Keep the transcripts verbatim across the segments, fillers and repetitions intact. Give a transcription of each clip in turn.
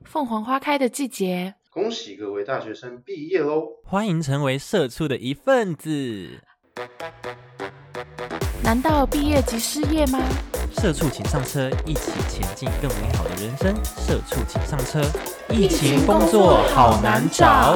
凤凰花开的季节， 恭喜各位大学生毕业喽！ 欢迎成为社畜的一份子。 难道毕业即失业吗？ 社畜请上车，一起前进更美好的人生。社畜请上车，疫情工作好难找。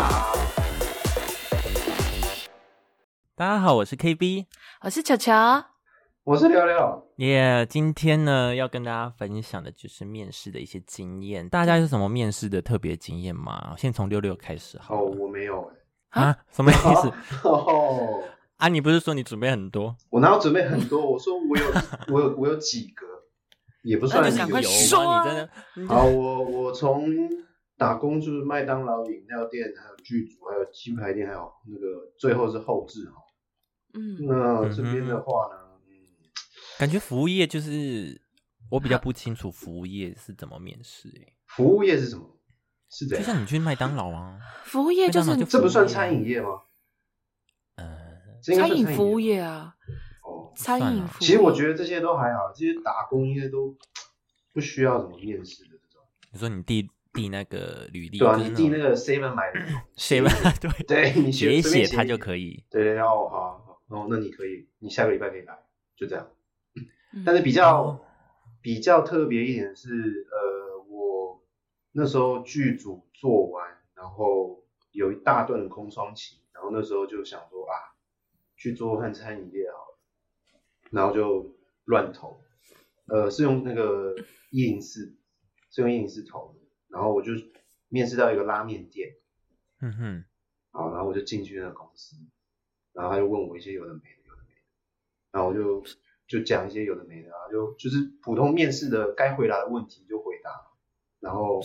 大家好，我是 K B， 我是球球， 我是聊聊。 耶、yeah, 今天呢要跟大家分享的就是面试的一些经验。大家有什么面试的特别经验吗？先从六六开始好了。 哦，我没有哎、欸。啊？什么意思？ 哦， 啊，你不是说你准备很多？ 我哪有准备很多？我说我有，我有，我有几个，也不算有。 那就赶快说啊！ 你真的好，我我从打工就是麦当劳饮料店，还有剧组，还有鸡排店，还有那个最后是后制哈。嗯，那这边的话呢？ 感觉服务业就是我比较不清楚服务业是怎么面试诶、欸。 服务业是什么？是怎样？ 就像你去麦当劳啊， 服务业就是这不算餐饮业吗？ 呃， 餐饮服务业啊。哦，餐饮服务业。 其实我觉得这些都还好，这些打工应该都不需要什么面试的这种。 你说你递递那个履历， 对啊， 就是、 你递那个 seven 买的 seven 对对，你写一写它就可以。 对，哦好，哦那你可以，你下个礼拜可以来，就这样。但是比较、哦、比较特别一点是，呃，我那时候剧组做完，然后有一大段的空窗期，然后那时候就想说啊，去做看餐饮业好了，然后就乱投，呃，是用那个一零四，是用一零四投的，然后我就面试到一个拉面店， 嗯哼， 好，然后我就进去那个公司，然后他就问我一些有的没的，有的没的，然后我就。就讲一些有的没的啊，就就是普通面试的该回答的问题就回答，然后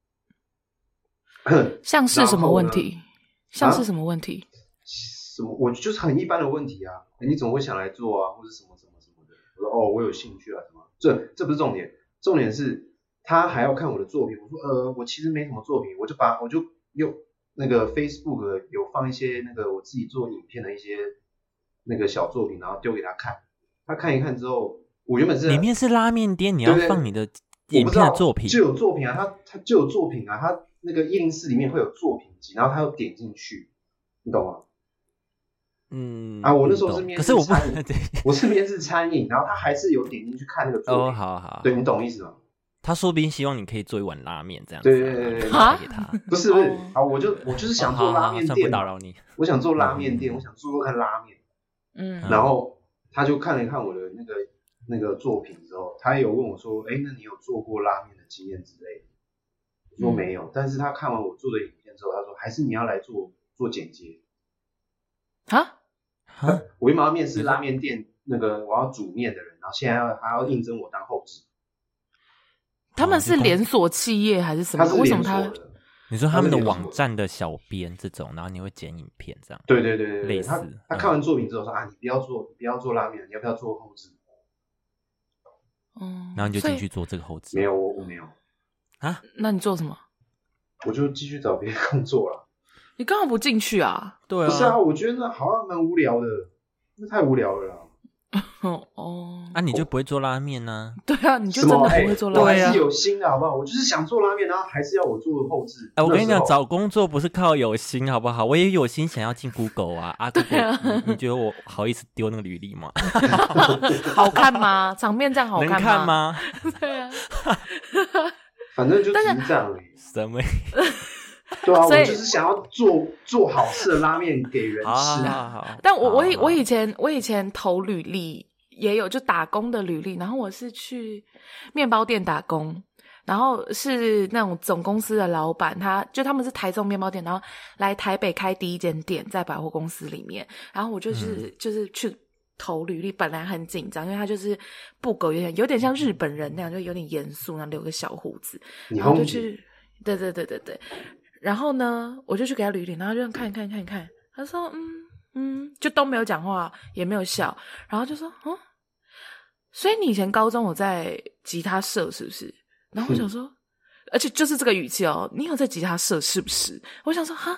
像是什么问题？像是什么问题？ 什么？我就是很一般的问题啊，你怎么会想来做啊，或者什么什么什么的？我说哦，我有兴趣啊，什么？这这不是重点，重点是他还要看我的作品。我说呃，我其实没什么作品，我就把我就用那个 Facebook 有放一些那个我自己做影片的一些那个小作品，然后丢给他看。他看一看之后，我原本是里面是拉面店，你要放你的影片的作品， 就有作品啊，他他就有作品啊，他那个一零四里面会有作品集，然后他又点进去，你懂吗？ 嗯啊，我那时候是面试餐饮， 可是我不我是面试餐饮，然后他还是有点进去看那个作品。 哦，好好， 对你懂意思吗？ 他说不定希望你可以做一碗拉面这样子、啊， 对对对对， 啊， 给他， 不是不是，好，我就我就是想做拉面店， 哦、好好不打扰你， 我想做拉面店，嗯、我想做做看拉面， 嗯， 然后。他就看了看我的那个那个作品之后，他也有问我说：“哎，那你有做过拉面的经验之类的？”我说没有，嗯、但是他看完我做的影片之后，他说：“还是你要来做做剪接。” 啊？ 我原本要面试拉面店那个我要煮面的人，然后现在要还要应征我当后制。 他们是连锁企业还是什么？ 他是连锁的。 为什么他？ 你说他们的网站的小编这种，然后你会剪影片这样？ 对对对对， 类似。 他他看完作品之后说、嗯、啊，你不要做，你不要做拉面，你要不要做后制？ 嗯， 然后你就进去做这个后制。 没有，我我没有啊？ 那你做什么？ 我就继续找别的工作了。 你干嘛不进去啊？ 对啊， 不是啊，我觉得那好像蛮无聊的，那太无聊了啦。 哦， 啊，你就不会做拉面呢、 啊？对啊，你就真的不会做拉面。 我还是有心的好不好？我就是想做拉面，然后还是要我做后制。 哎、啊，我跟你讲，找工作不是靠有心好不好？我也有心想要进 Google 啊啊 ，Google，、啊、你, 你觉得我好意思丢那个履历吗？ 好看吗？场面这样好看吗？ 能看吗？ 对啊， 反正就只是这样而已。 什么？ 对啊，我就是想要做做好吃的拉面给人吃。 好好好， 但我我我以前我以前投履历也有就打工的履历，然后我是去面包店打工，然后是那种总公司的老板，他就他们是台中面包店，然后来台北开第一间店在百货公司里面，然后我就是、嗯、就是去投履历，本来很紧张，因为他就是布狗有点有点像日本人那样，就有点严肃，然后留个小胡子，然后就去，对对对对对。然后呢，我就去给他履历，然后就看一看看一看，他说嗯嗯，就都没有讲话，也没有笑，然后就说嗯，所以你以前高中有在吉他社是不是？然后我想说，而且就是这个语气哦，你有在吉他社是不是？我想说哈，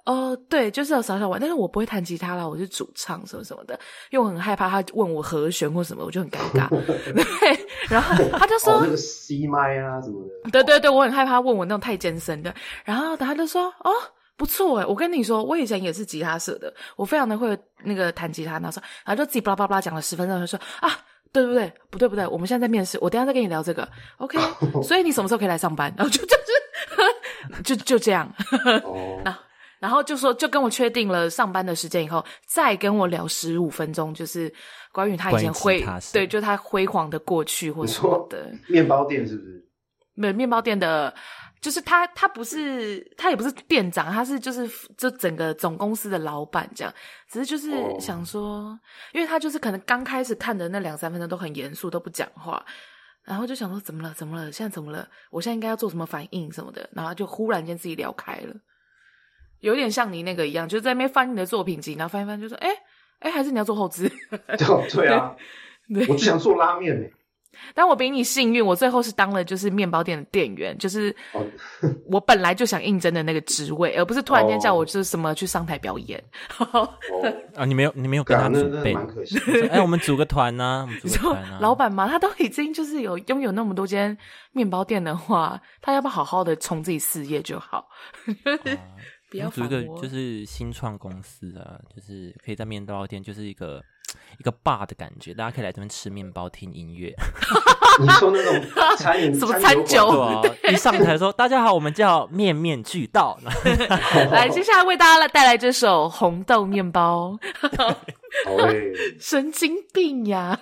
哦、呃，对，就是有少少玩，但是我不会弹吉他啦，我是主唱什么什么的，因为我很害怕他问我和弦或什么，我就很尴尬。对，然后他就说、 哦、那个 C 麦啊什么的。 对对对，我很害怕问我那种太艰深的，然后他就说哦。不错诶，我跟你说，我以前也是吉他社的，我非常的会那个弹吉他，然后说，然后就自己巴拉巴拉讲了十分钟，就说啊，对不对？不对不对，我们现在在面试，我等一下再跟你聊这个 ，OK？ 所以你什么时候可以来上班？然后就就是就就这样， 哦， 然后然后就说就跟我确定了上班的时间以后，再跟我聊十五分钟，就是关于他以前辉对，就他辉煌的过去或什么的。 面包店是不是？ 没有面包店的。就是他，他不是，他也不是店长，他是就是就整个总公司的老板这样。只是就是想说， oh. 因为他就是可能刚开始看的那两三分钟都很严肃，都不讲话，然后就想说怎么了，怎么了，现在怎么了？我现在应该要做什么反应什么的，然后就忽然间自己聊开了，有点像你那个一样，就在那边翻你的作品集，然后翻一翻就说，哎哎，还是你要做后置？ 对啊，我就想做拉面欸。 但我比你幸运，我最后是当了就是面包店的店员，就是我本来就想应征的那个职位，而不是突然间叫我就是什么去上台表演。 哦啊，你没有你没有跟他准备， 蛮可惜。 哎，我们组个团啊，我们组个团啊。 老板嘛，他都已经就是有拥有那么多间面包店的话，他要不要好好的冲自己事业就好？就是不要组一个就是新创公司啊，就是可以在面包店，就是一个。一个 bar 的感觉，大家可以来这边吃面包、听音乐。 你说那种餐饮什么餐酒？ 对啊，一上台说：“大家好，我们叫面面俱到。” 来，接下来为大家带来这首《红豆面包》。神经病呀！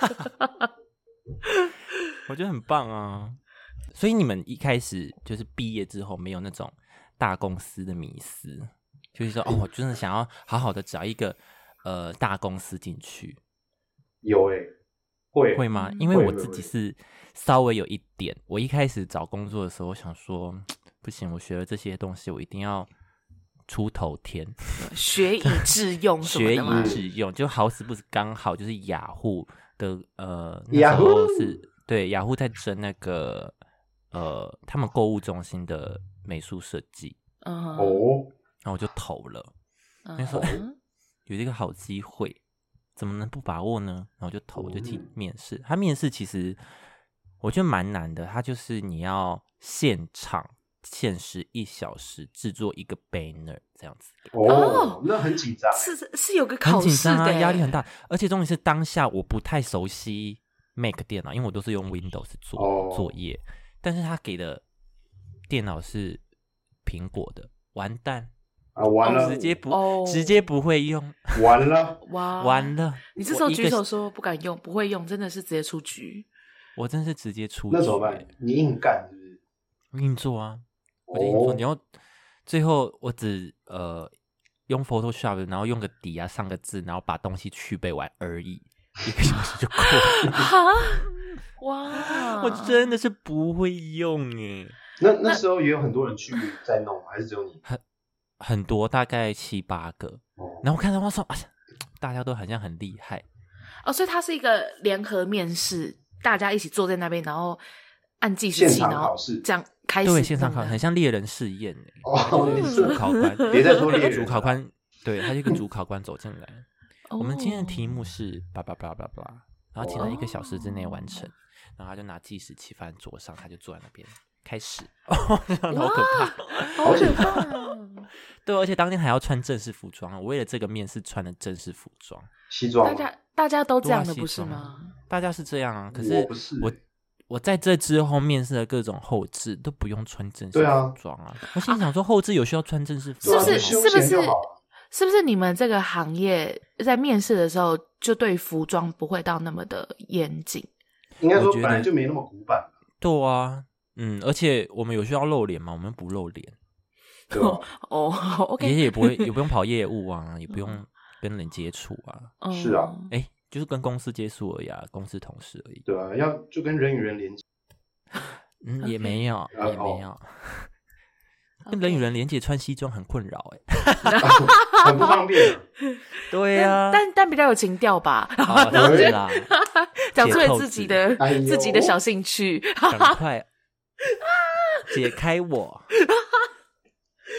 我觉得很棒啊。所以你们一开始就是毕业之后，没有那种大公司的迷思，就是说，哦，我真的想要好好的找一个。呃，大公司进去有诶、欸，会会吗？因为我自己是稍微有一点，我一开始找工作的时候，我想说不行，我学了这些东西，我一定要出头天， 学以致用， 学以致用，就好死不死刚好就是雅虎的呃，那时候是对雅虎在争那个呃，他们购物中心的美术设计， 哦、 uh-huh. 然后我就投了， uh-huh. 那时候哎。有这个好机会，怎么能不把握呢？然后就投，就去面试。他面试其实我觉得蛮难的，他就是你要现场限时一小时制作一个 banner 这样子。 哦，那很紧张， 是是有个考试的， 很紧张啊，压力很大。而且重点是当下我不太熟悉 Mac 电脑，因为我都是用 Windows 做、哦、作业，但是他给的电脑是苹果的，完蛋。 啊，完了！ 直接不、 哦、 直接不会用， 完了， 哇， 完了！ 你这时候举手说不敢用，不会用，真的是直接出局。 我真是直接出局。 那怎么办？你硬干是不是？ 硬做啊，我就硬做。哦、你要最后我只呃用 Photoshop， 然后用个底啊上个字，然后把东西去背完而已，一个小时就过了。 哈，哇！ 我真的是不会用耶。 那那时候也有很多人去在弄，还是只有你？ 很很多，大概七八个。哦、然后我看到我说，哎呀，大家都好像很厉害哦，所以它是一个联合面试，大家一起坐在那边，然后按计时器，然后这样开始。 对，现场考试很像猎人试验哦， 主考官， 别再说猎人， 主考官，对，他就一个主考官走进来。哦、我们今天的题目是叭叭叭叭叭，然后请他一个小时之内完成，哦、然后他就拿计时器放在桌上，他就坐在那边。开始，哦，好可怕， 好可怕！ 对，而且当天还要穿正式服装，我为了这个面试穿了正式服装， 西装。 大家大家都这样的不是吗？ 大家是这样啊，可是我不是我我在这之后面试的各种后制都不用穿正式服装啊。啊我心想说，后制有需要穿正式服装， 是不是？是不是？是不是你们这个行业在面试的时候就对服装不会到那么的严谨？ 应该说本来就没那么古板。 对啊。嗯，而且我们有需要露脸吗？我们不露脸， 对吧？ 哦 ，OK， 也也不会，也不用跑业务啊，也不用跟人接触啊。 是啊， 哎、欸，就是跟公司接触而已啊，公司同事而已。 对啊，要就跟人与人连接。 嗯， okay. 也没有，也没有。跟人与人连接穿西装很困扰哎、 欸，很不方便。 对呀、啊， 但但比较有情调吧。 哦，对啦， 讲出了自己的、哎、自己的小兴趣， 赶快解开我。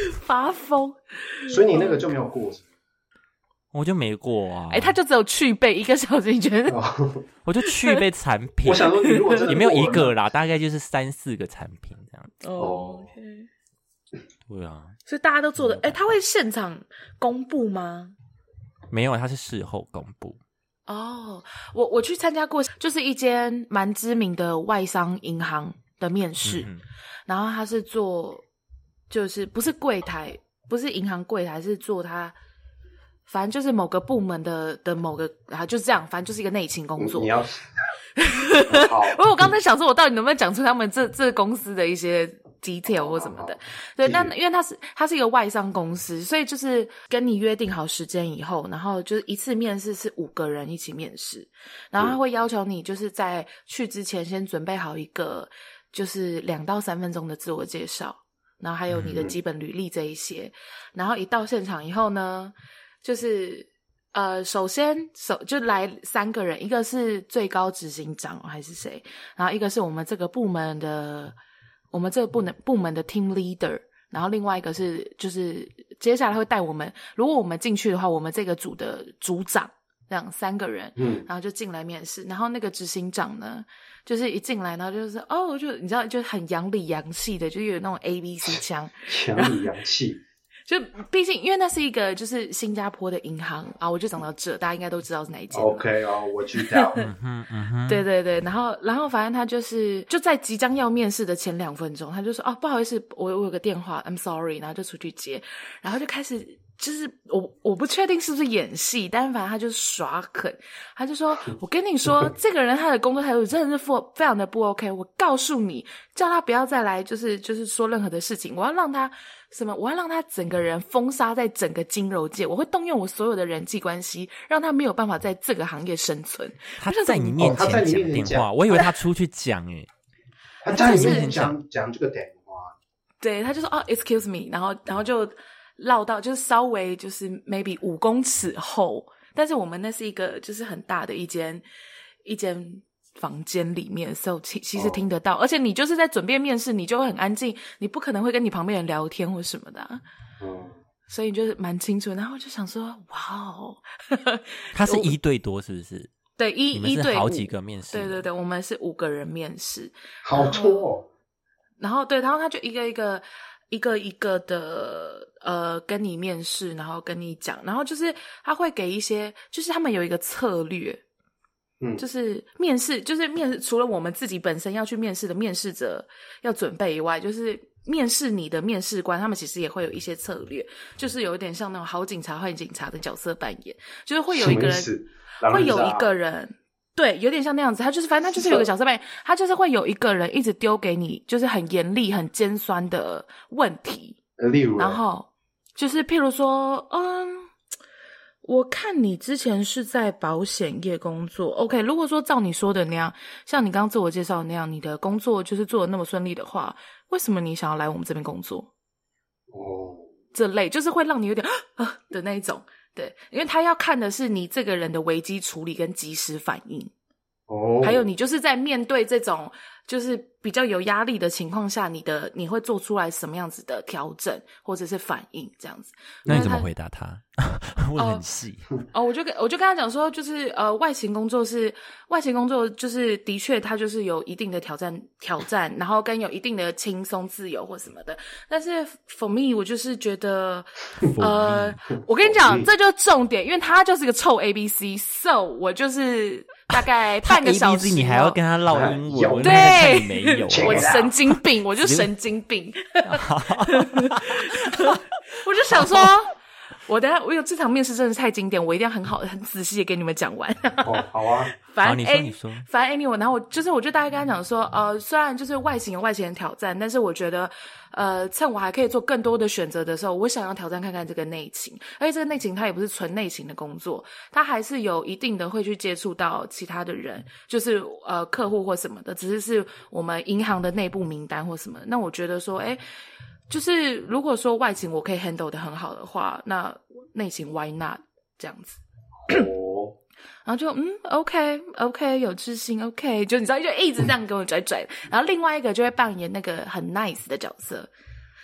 发疯。 所以你那个就没有过是吗？ 我就没过啊。 哎、欸，他就只有去背一个小时，你觉得？ 哦、 我就去背产品。 我想说，你如果真的也没有一个啦，大概就是三四个产品这样子。 哦 ，OK。 对啊， 所以大家都做的，哎、欸，他会现场公布吗？ 没有，他是事后公布。 哦，我我去参加过，就是一间蛮知名的外商银行的面试，嗯、然后他是做，就是不是柜台，不是银行柜台，是做他，反正就是某个部门的的某个啊，就这样，反正就是一个内勤工作。 你要， 好，因为我刚才想说，我到底能不能讲出他们这这公司的一些detail 或什么的。对，那因为它是它是一个外商公司，所以就是跟你约定好时间以后，然后就是一次面试是五个人一起面试，然后他会要求你就是在去之前先准备好一个就是两到三分钟的自我介绍，然后还有你的基本履历这一些，然后一到现场以后呢，就是呃，首先首就来三个人，一个是最高执行长还是谁，然后一个是我们这个部门的我们这个部门部门的 team leader， 然后另外一个是就是接下来会带我们，如果我们进去的话，我们这个组的组长，这样三个人，嗯，然后就进来面试，然后那个执行长呢，就是一进来，然后就是哦，就你知道，就很洋里洋气的，就有那种 A B C 腔， 洋里洋气。 就毕竟因为那是一个就是新加坡的银行啊，我就讲到这，大家应该都知道是哪一间。 OK 哦，我知道。 嗯哼嗯哼， 对对对，然后然后反正他就是就在即将要面试的前两分钟，他就说哦不好意思，我我有个电话 ，I'm sorry， 然后就出去接，然后就开始就是我我不确定是不是演戏，但是反正他就是耍狠，他就说我跟你说这个人他的工作态度真的是非常的不 OK， 我告诉你，叫他不要再来就是就是说任何的事情，我要让他。什么？我要让他整个人封杀在整个金融界，我会动用我所有的人际关系，让他没有办法在这个行业生存。 他在你面前讲电话，我以为他出去讲诶、 欸，他在你面前讲讲这个电话， 对，他就说哦 ，excuse me， 然后然后就绕到就是稍微就是 maybe 五公尺后，但是我们那是一个就是很大的一间一间。房间里面，所以其其实听得到， oh. 而且你就是在准备面试，你就会很安静，你不可能会跟你旁边人聊天或什么的、啊，嗯， oh. 所以就是蛮清楚。然后我就想说，哇哦， 他是一对多是不是？ 对，一一对好几个面试， 对对对，我们是五个人面试， 好多、哦。 然后对，然后他就一个一个一个一个的呃跟你面试，然后跟你讲，然后就是他会给一些，就是他们有一个策略。嗯，就是面试，就是面试，除了我们自己本身要去面试的面试者要准备以外，就是面试你的面试官，他们其实也会有一些策略，就是有一点像那种好警察坏警察的角色扮演，就是会有一个人，会有一个人，对，有点像那样子，他就是反正他就是有一个角色扮演，他就是会有一个人一直丢给你，就是很严厉、很尖酸的问题， 例如， 然后就是譬如说，嗯。我看你之前是在保险业工作 ，OK。如果说照你说的那样，像你刚刚自我介绍的那样，你的工作就是做得那么顺利的话，为什么你想要来我们这边工作？哦，这类就是会让你有点啊的那一种，对，因为他要看的是你这个人的危机处理跟及时反应。哦，还有你就是在面对这种就是比较有压力的情况下，你的你会做出来什么样子的调整或者是反应这样子。 那你怎么回答他？问很细。 哦，我就跟我就跟他讲说，就是呃，外勤工作是外勤工作，就是的确它就是有一定的挑战挑战，然后跟有一定的轻松自由或什么的。但是 for me， 我就是觉得，呃，我跟你讲，这就是重点，因为他就是个臭 A B C，so 我就是大概半个小时， 你还要跟他唠英文， 对， 没有， 我神经病，我就神经病，我就想说。我等一下，我有这场面试真的是太经典，我一定要很好很仔细的给你们讲完。 哦，好啊， 反正你说你说， 反正 anyway， 然后我就是我就大概跟他讲说，呃，虽然就是外形有外形的挑战，但是我觉得，呃，趁我还可以做更多的选择的时候，我想要挑战看看这个内勤，而且这个内勤它也不是纯内勤的工作，它还是有一定的会去接触到其他的人，就是呃客户或什么的，只是是我们银行的内部名单或什么。那我觉得说，诶就是如果说外勤我可以 handle 得很好的话，那内勤 why not 这样子。 哦， 然后就嗯 OK OK 有自信 OK， 就你知道就一直这样给我拽拽。然后另外一个就会扮演那个很 nice 的角色，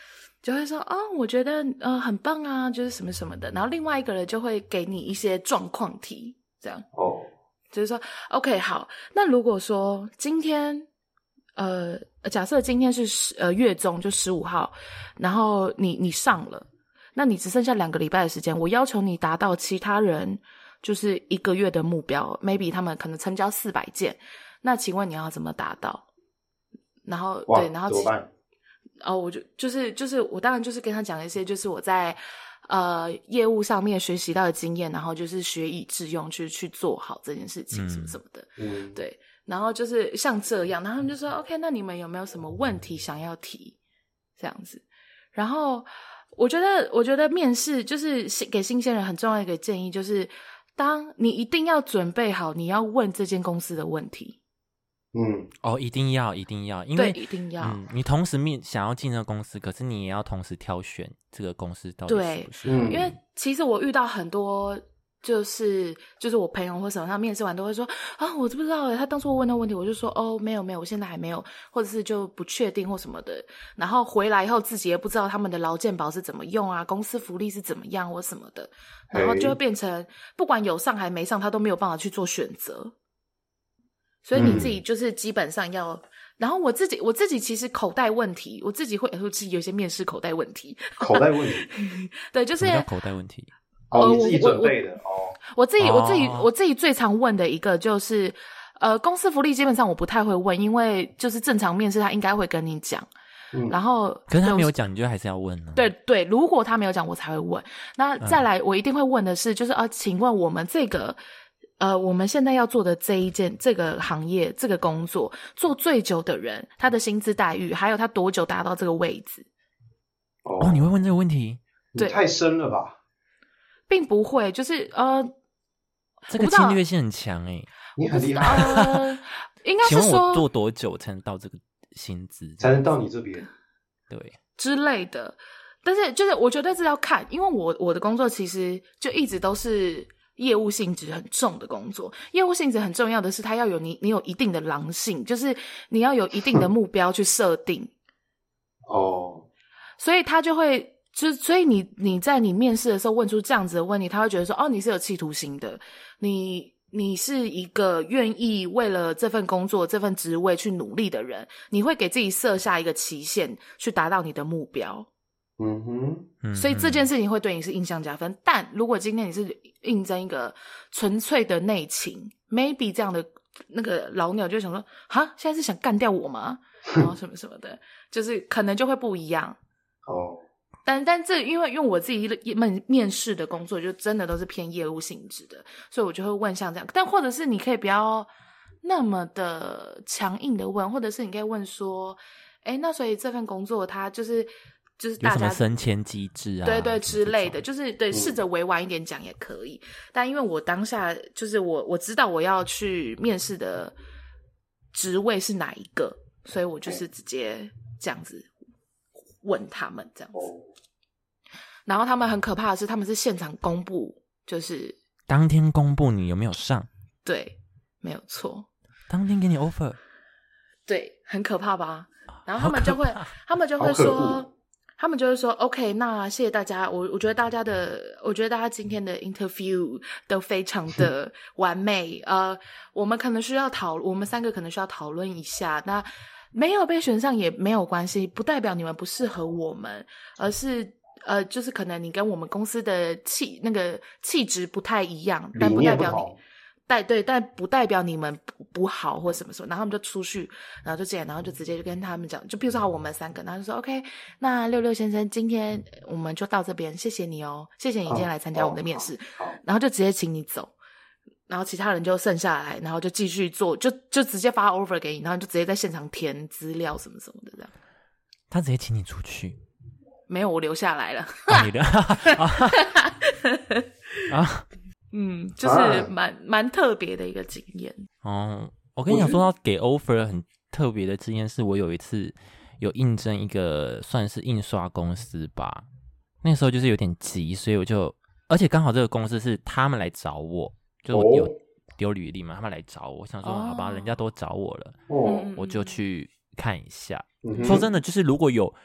就会说哦，我觉得呃很棒啊，就是什么什么的。然后另外一个人就会给你一些状况题，这样哦， 就是说 OK 好，那如果说今天呃假设今天是十呃月中就十五号，然后你你上了，那你只剩下两个礼拜的时间，我要求你达到其他人就是一个月的目标 ，maybe 他们可能成交四百件，那请问你要怎么达到？然后对，然后怎么办？ 哦，我就就是就是我当然就是跟他讲一些就是我在呃业务上面学习到的经验，然后就是学以致用去去做好这件事情什么什么的， 嗯， 对，然后就是像这样，然后他们就说 OK， 那你们有没有什么问题想要提？这样子，然后我觉得我觉得面试就是给新鲜人很重要的一个建议，就是当你一定要准备好你要问这间公司的问题。 嗯， 哦，一定要，一定要，因为对，一定要。 嗯，你同时面想要进这个公司，可是你也要同时挑选这个公司到底适不适合。 因为其实我遇到很多，就是就是我朋友或什么，他面试完都会说啊，我不知道诶，他当初问的问题，我就说哦，没有没有，我现在还没有，或者是就不确定或什么的。然后回来以后自己也不知道他们的劳健保是怎么用啊，公司福利是怎么样或什么的，然后就会变成不管有上还没上，他都没有办法去做选择。所以你自己就是基本上要，嗯、然后我自己我自己其实口袋问题，我自己会其实有些面试口袋问题， 口袋问题， 对，就是口袋问题。 哦，你自己准备的哦。 我自己我自己我自己最常问的一个就是，呃，公司福利基本上我不太会问，因为就是正常面试他应该会跟你讲。嗯、然后可是他没有讲，你就还是要问呢、啊。 对对，如果他没有讲，我才会问。那再来，我一定会问的是，就是啊，请问我们这个。呃，我们现在要做的这一件这个行业这个工作做最久的人，他的薪资待遇，还有他多久达到这个位置？ 哦，你会问这个问题？ 对， 太深了吧？ 并不会，就是呃， 这个侵略性很强诶、欸， 你很厉害。 呃，应该是说， 请问我做多久才能到这个薪资？ 才能到你这边？ 对， 之类的。但是就是我觉得这要看，因为我我的工作其实就一直都是。业务性质很重的工作，业务性质很重要的是它要有你你有一定的狼性，就是你要有一定的目标去设定哦， 所以他就会就所以你你在你面试的时候问出这样子的问题，他会觉得说哦，你是有企图心的，你你是一个愿意为了这份工作这份职位去努力的人，你会给自己设下一个期限去达到你的目标。 嗯哼， 所以这件事情会对你是印象加分。但如果今天你是应征一个纯粹的内勤 maybe 这样的那个老鸟就会想说哈，现在是想干掉我吗？然后什么什么的就是可能就会不一样哦。 但但这因为因为我自己面面试的工作就真的都是偏业务性质的，所以我就会问像这样。但或者是你可以不要那么的强硬的问，或者是你可以问说诶，那所以这份工作它就是就是大家有什么升迁机制啊， 对对之类的，就是对试着委婉一点讲也可以、嗯、但因为我当下就是我我知道我要去面试的职位是哪一个，所以我就是直接这样子问他们这样子、哦、然后他们很可怕的是他们是现场公布，就是当天公布你有没有上， 对，没有错， 当天给你 offer， 对，很可怕吧。然后他们就会他们就会说他们就会说 OK， 那谢谢大家，我我觉得大家的我觉得大家今天的 interview 都非常的完美呃，我们可能需要讨我们三个可能需要讨论一下，那没有被选上也没有关系，不代表你们不适合我们，而是呃，就是可能你跟我们公司的气那个气质不太一样，但不代表你带对，但不代表你们 不, 不好或什么什么，然后他们就出去，然后就这样，然后就直接就跟他们讲，就比如说好我们三个，然后就说 OK， 那六六先生，今天我们就到这边，谢谢你哦，谢谢你今天来参加我们的面试，然后就直接请你走，然后其他人就剩下来，然后就继续做，就就直接发 offer 给你，然后就直接在现场填资料什么什么的这样。 他直接请你出去？ 没有，我留下来了。 啊、你的啊。 嗯，就是蛮蛮特别的一个经验哦。我跟你讲，说到给 offer 很特别的经验，是我有一次有应征一个算是印刷公司吧，那时候就是有点急，所以我就，而且刚好这个公司是他们来找我，就我有丢履历嘛，他们来找我，我想说、哦、好吧，人家都找我了， 哦， 我就去看一下。嗯、说真的，就是如果有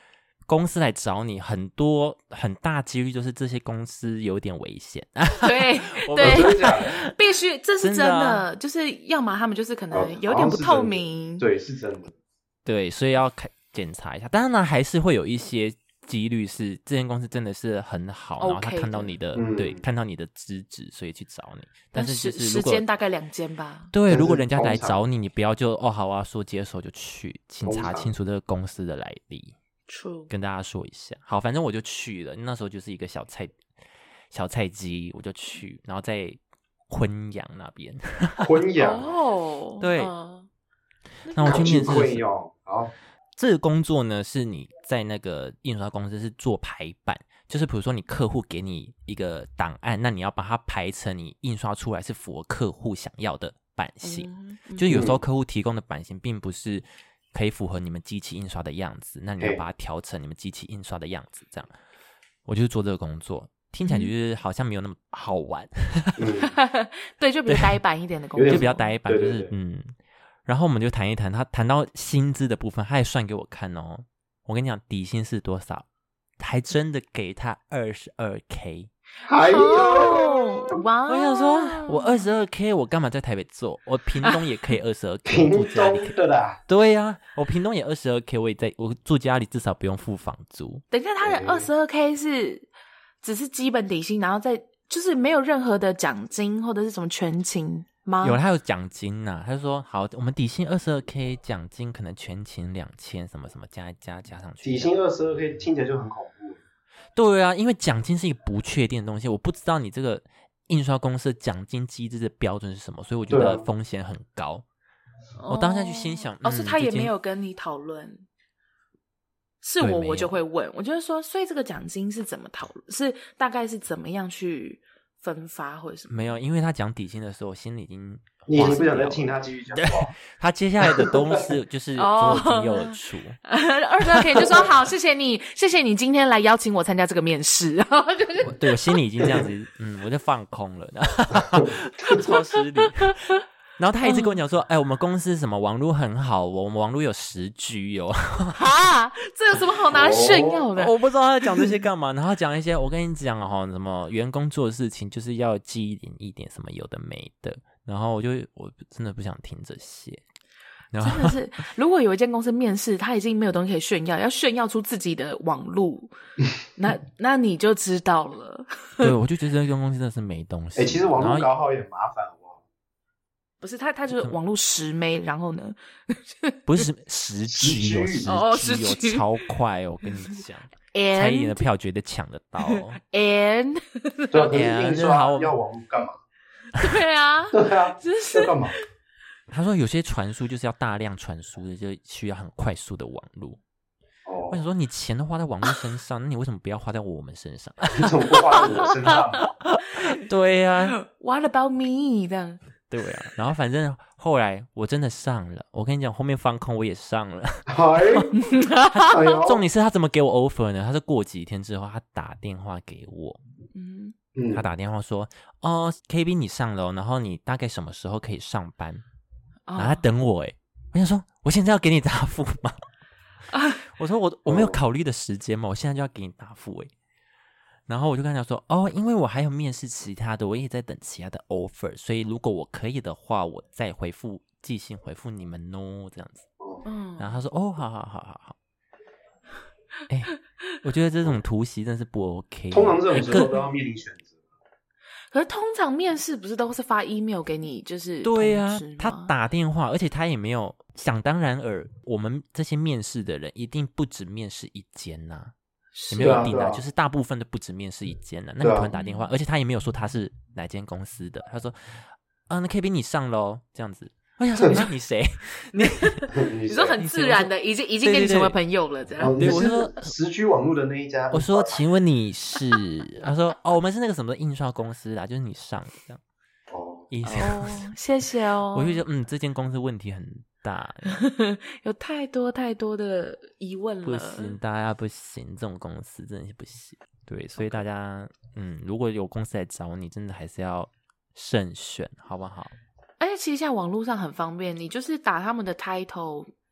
公司来找你，很多很大几率就是这些公司有点危险。 对对，必须这是真的，真的啊、就是要么他们就是可能有点不透明， 哦、对，是真的。 对，所以要检查一下。当然呢，还是会有一些几率是这间公司真的是很好， okay、 然后他看到你的、嗯、对，看到你的资质，所以去找你。但是就是如果时间大概两间吧。 对，如果人家来找你，你不要就哦好啊，说接手就去，请查清楚这个公司的来历。 True， 跟大家说一下。好，反正我就去了，那时候就是一个小菜小菜鸡，我就去，然后在昆阳那边。 昆阳哦， 对。 呃、 那我去面试的时候，好， 这个工作呢是你在那个印刷公司是做排版，就是比如说你客户给你一个档案，那你要把它排成你印刷出来是符合客户想要的版型。嗯嗯、就是有时候客户提供的版型并不是可以符合你们机器印刷的样子，那你要把它调成你们机器印刷的样子，这样。我就是做这个工作，听起来就是好像没有那么好玩。 嗯、对，就比较呆板一点的工作， 就比较呆板，就是嗯。然后我们就谈一谈，他谈到薪资的部分，他还算给我看哦。我跟你讲，底薪是多少？还真的给他二十二 K。 哎呦， 哇！ 我想说，我二十二 K， 我干嘛在台北做？我屏东也可以二十二 K， 屏东的啦。 对呀、啊，我屏东也二十二 K， 我也在我住家里，至少不用付房租。 等一下，他的二十二 K 是只是基本底薪，然后再就是没有任何的奖金或者是什么全勤吗？ 有，他有奖金呐、啊。他就说，好，我们底薪二十二 K， 奖金可能全勤两千，什么什么加一加加上去。 底薪二十二 K 听起来就很恐怖。 对啊，因为奖金是一个不确定的东西，我不知道你这个印刷公司的奖金机制的标准是什么，所以我觉得风险很高。啊、我当下就心想， 哦，嗯、是他也没有跟你讨论。是我我就会问，我就是说，所以这个奖金是怎么讨论？是大概是怎么样去分发或者什么？ 没有，因为他讲底薪的时候，我心里已经你已经不想再听他继续讲话。 他接下来的都是就是左听右出。 二十二 K 就说好，谢谢你，谢谢你今天来邀请我参加这个面试。 我对我心里已经这样子，嗯，我就放空了，超失礼。然后他一直跟我讲说，哎、欸，我们公司什么网络很好哦，我们网络有十 G 哦。 哈，这有什么好拿来炫耀的？ 哦、我不知道他在讲这些干嘛。然后讲一些，我跟你讲哦，什么员工做的事情就是要记一点一点什么有的没的。然后我就我真的不想听这些。 真的是，如果有一间公司面试，他已经没有东西可以炫耀，要炫耀出自己的网路，那那你就知道了。 对，我就觉得这间公司真的是没东西。 哎、欸，其实网路高号也很麻烦。 不是他，他就是网络十 M B， 然后呢， 不是十 G 有十 G 哦， 有超快哦，我跟你讲，蔡依林的票绝对抢得到哦。 And 对啊，可是印刷要网络干嘛？ 对啊， 对啊， 就是要干嘛？ 他说有些传输就是要大量传输的，就需要很快速的网络。 哦， 我想说，你钱都花在网络身上，那你为什么不要花在我们身上？ 你怎么不花在我身上？ 对呀、啊、 ，What about me？ 这样。 对啊，然后反正后来我真的上了，我跟你讲，后面放空我也上了。 哎呦， 重点是他怎么给我 offer 呢？他是过几天之后，他打电话给我， 嗯， 他打电话说，哦 ，K B 你上了、哦，然后你大概什么时候可以上班？ 哦、 然后他等我，哎，我想说，我现在要给你答复吗？我说我我没有考虑的时间嘛，我现在就要给你答复，哎。然后我就跟他说，哦，因为我还有面试其他的，我也在等其他的 offer， 所以如果我可以的话，我再回复寄信回复你们哦，这样子。 嗯， 然后他说，哦，好好好好好。哎，我觉得这种突袭真的是不 OK。 通常这种时候都要面临选择。 可是通常面试不是都是发 email 给你，就是对啊，他打电话，而且他也没有想当然尔，我们这些面试的人一定不止面试一间呐、啊。也没有一定的、啊啊啊，就是大部分都不止面试一间了。那你突然打电话、啊，而且他也没有说他是哪间公司的，他说：“啊，那 K B 你上咯。”这样子。我想说，你说你谁？你你说很自然的，已经已经跟你成为朋友了，这样。 对，我说十 G 网络的那一家。 我说，请问你是？他说：“哦，我们是那个什么印刷公司啦，就是你上的这样。” 哦， 意思哦，谢谢哦。 我就觉得，嗯，这间公司问题很大， 有太多太多的疑问了。 不行，大家不行，这种公司真的是不行。对，所以大家，嗯，如果有公司来找你，真的还是要慎选，好不好？ 而且其实现在网络上很方便，你就是打他们的 title，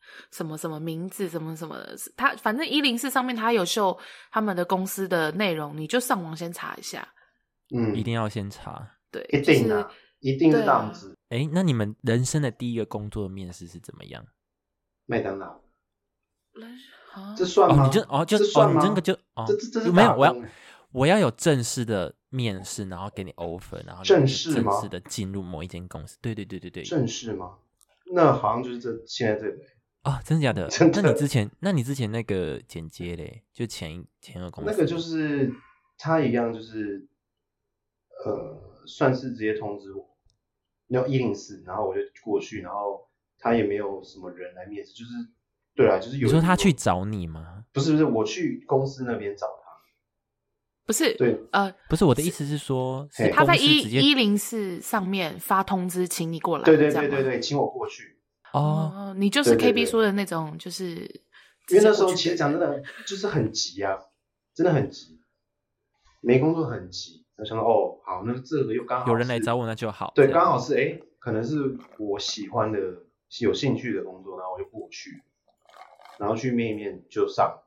什么什么名字什么什么的，他反正一零四上面他有秀他们的公司的内容，你就上网先查一下。 嗯， 一定要先查。 对， 一定啊， 就是、 一定是这样子。 哎、啊，那你们人生的第一个工作的面试是怎么样？ 麦当劳， 啊、 这算吗？ 哦，你就哦就这算吗？ 哦，你这个就哦， 这这这是没有，我要打工我要有正式的面试，然后给你 offer， 然后你正式吗正式的进入某一间公司。对对对对对。 正式吗？那好像就是这现在这个。 哦，真的假的？ 真的那你之前，那你之前那个剪接嘞，就前一前一个公司， 那个就是他一样，就是呃，算是直接通知我，要一零四，然后我就过去，然后他也没有什么人来面试，就是对啊，就是有。 你说他去找你吗？ 不是不是，我去公司那边找他。 不是， 对， 呃， 不是我的意思是说，是他在一公司直接一零四上面发通知，请你过来。 对对这样吗对对对，请我过去。 哦， 哦，你就是对对 K B 对说的那种，就是因为那时候其实讲真的，就是很急啊，真的很急，没工作很急。我想到哦，好，那这个又刚好有人来找我，那就好。 对， 这样刚好是哎，可能是我喜欢的、有兴趣的工作，然后我就过去，然后去面一面就上，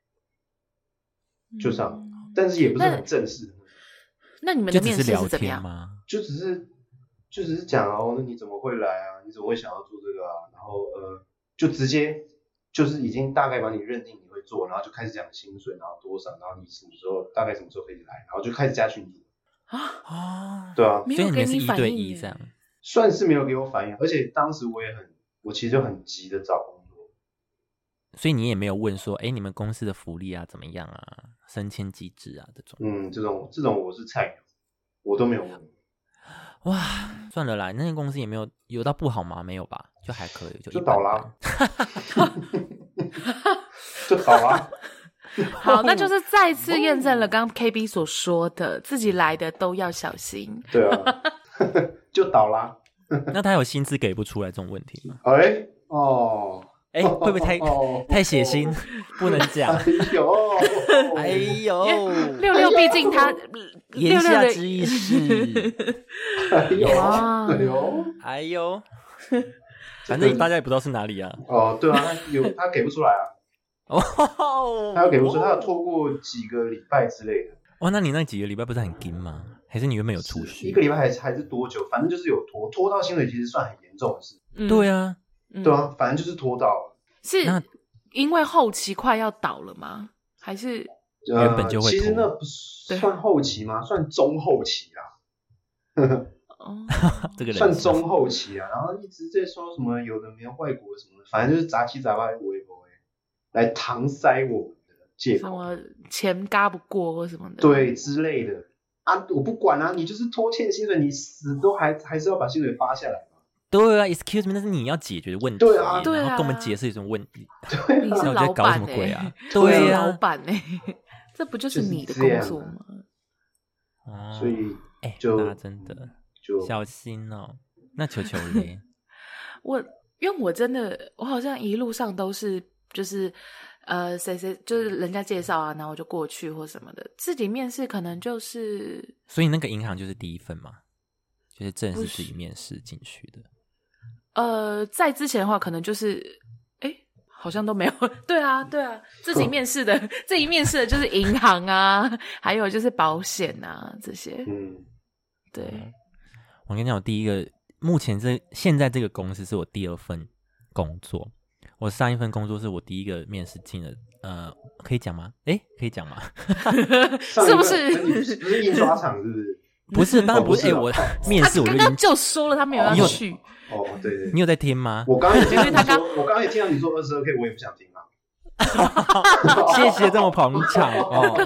就上， 嗯、 但是也不是很正式的。 那你们就的面试只是聊是怎么样？ 天吗？ 就只是就只是讲哦，那你怎么会来啊？你怎么会想要做这个啊？然后呃，就直接就是已经大概把你认定你会做，然后就开始讲薪水，然后多少，然后你什么时候大概什么时候可以来，然后就开始加群组啊哦， 对啊， 没有给所以你们是一反应耶对一这样。 算是没有给我反应，而且当时我也很，我其实就很急的找工作， 所以你也没有问说，哎，你们公司的福利啊怎么样啊，升迁机制啊这种。 嗯，这种这种我是菜鸟，我都没有问。 哇，算了啦，那间公司也没有有到不好吗？没有吧，就还可以，就就一般倒啦般。 就倒啦。 好，那就是再次验证了刚刚 K B 所说的，自己来的都要小心。 对啊，就倒啦。 那他有薪资给不出来这种问题吗？ 哎哦， 哎，会不会太哦太血腥？不能讲。 哎呦， 哎呦， 六六毕竟他言六六的下之意是， 哎呦， 哇哎呦， 哎呦，反正大家也不知道是哪里啊。 哦，对啊，他有他给不出来啊， 哦， 他有给不出，他有拖过几个礼拜之类的。 哇，那你那几个礼拜不是很紧吗？还是你原本有出一去？ 个礼拜还是还是多久？反正就是有拖，拖到薪水其实算很严重的事。 嗯对啊， 嗯对啊，反正就是拖到了。 是那因为后期快要倒了吗？还是呃原本就会其实拖那不算后期吗？算中后期啦。 哦， 这个人算中后期啊，然后一直在说什么有的没有外国什么的，反正就是杂七杂八的微博来搪塞我们的借口， 什么钱嘎不过或什么的？ 对之类的啊，我不管啊，你就是拖欠薪水，你死都还还是要把薪水发下来嘛。 对啊 ，excuse me，那是你要解决的问题， 对啊对啊然后跟我们解释有什么问题， 你是那我觉老得搞什板哎、 么鬼啊？ 你对是老啊， 板哎、这不就是你的就是这样啊工作吗？ 哦所以哎， 就大家真的就小心哦。那球球嘞？ 我因为我真的，我好像一路上都是就是呃谁谁就是人家介绍啊，然后我就过去或什么的。自己面试可能就是所以那个银行就是第一份嘛，就是正式不是自己面试进去的。 呃在之前的话，可能就是哎好像都没有。对啊对啊，自己面试的自己面试的就是银行啊，还有就是保险啊这些。 嗯， 对， 我跟你讲，我第一个目前这现在这个公司是我第二份工作，我上一份工作是我第一个面试进的，呃，可以讲吗？诶，可以讲吗？ 上一个是不是你不是不是印刷厂是不是？ 不是，当然不是。诶， 哦不是啊我面试我就已经， 刚刚就说了他没有你有要去。 哦，对对， 你有在听吗？ 我刚刚也听到你因为他刚说，我刚刚也听到你说二十二 K，我也不想听啊。 谢谢这么捧场哦。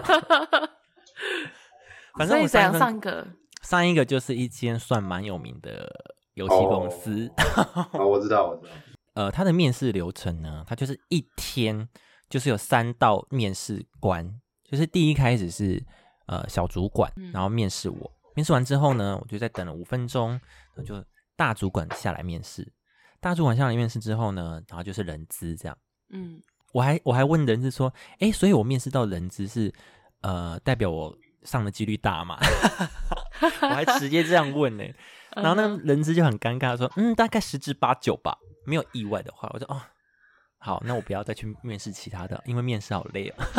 反正所以怎样我上一份上个上一个就是一间算蛮有名的游戏公司， 啊，我知道，我知道。 呃，它的面试流程呢，它就是一天就是有三道面试官，就是第一开始是呃小主管，然后面试我，面试完之后呢，我就再等了五分钟，然后就大主管下来面试，大主管下来面试之后呢，然后就是人资这样， 嗯我还我还问人资说，哎，所以我面试到人资是呃代表我上的几率大吗？我还直接这样问呢、然后那个人资就很尴尬说，嗯，大概十之八九吧，没有意外的话，我就哦， 好，那我不要再去面试其他的，因为面试好累哦。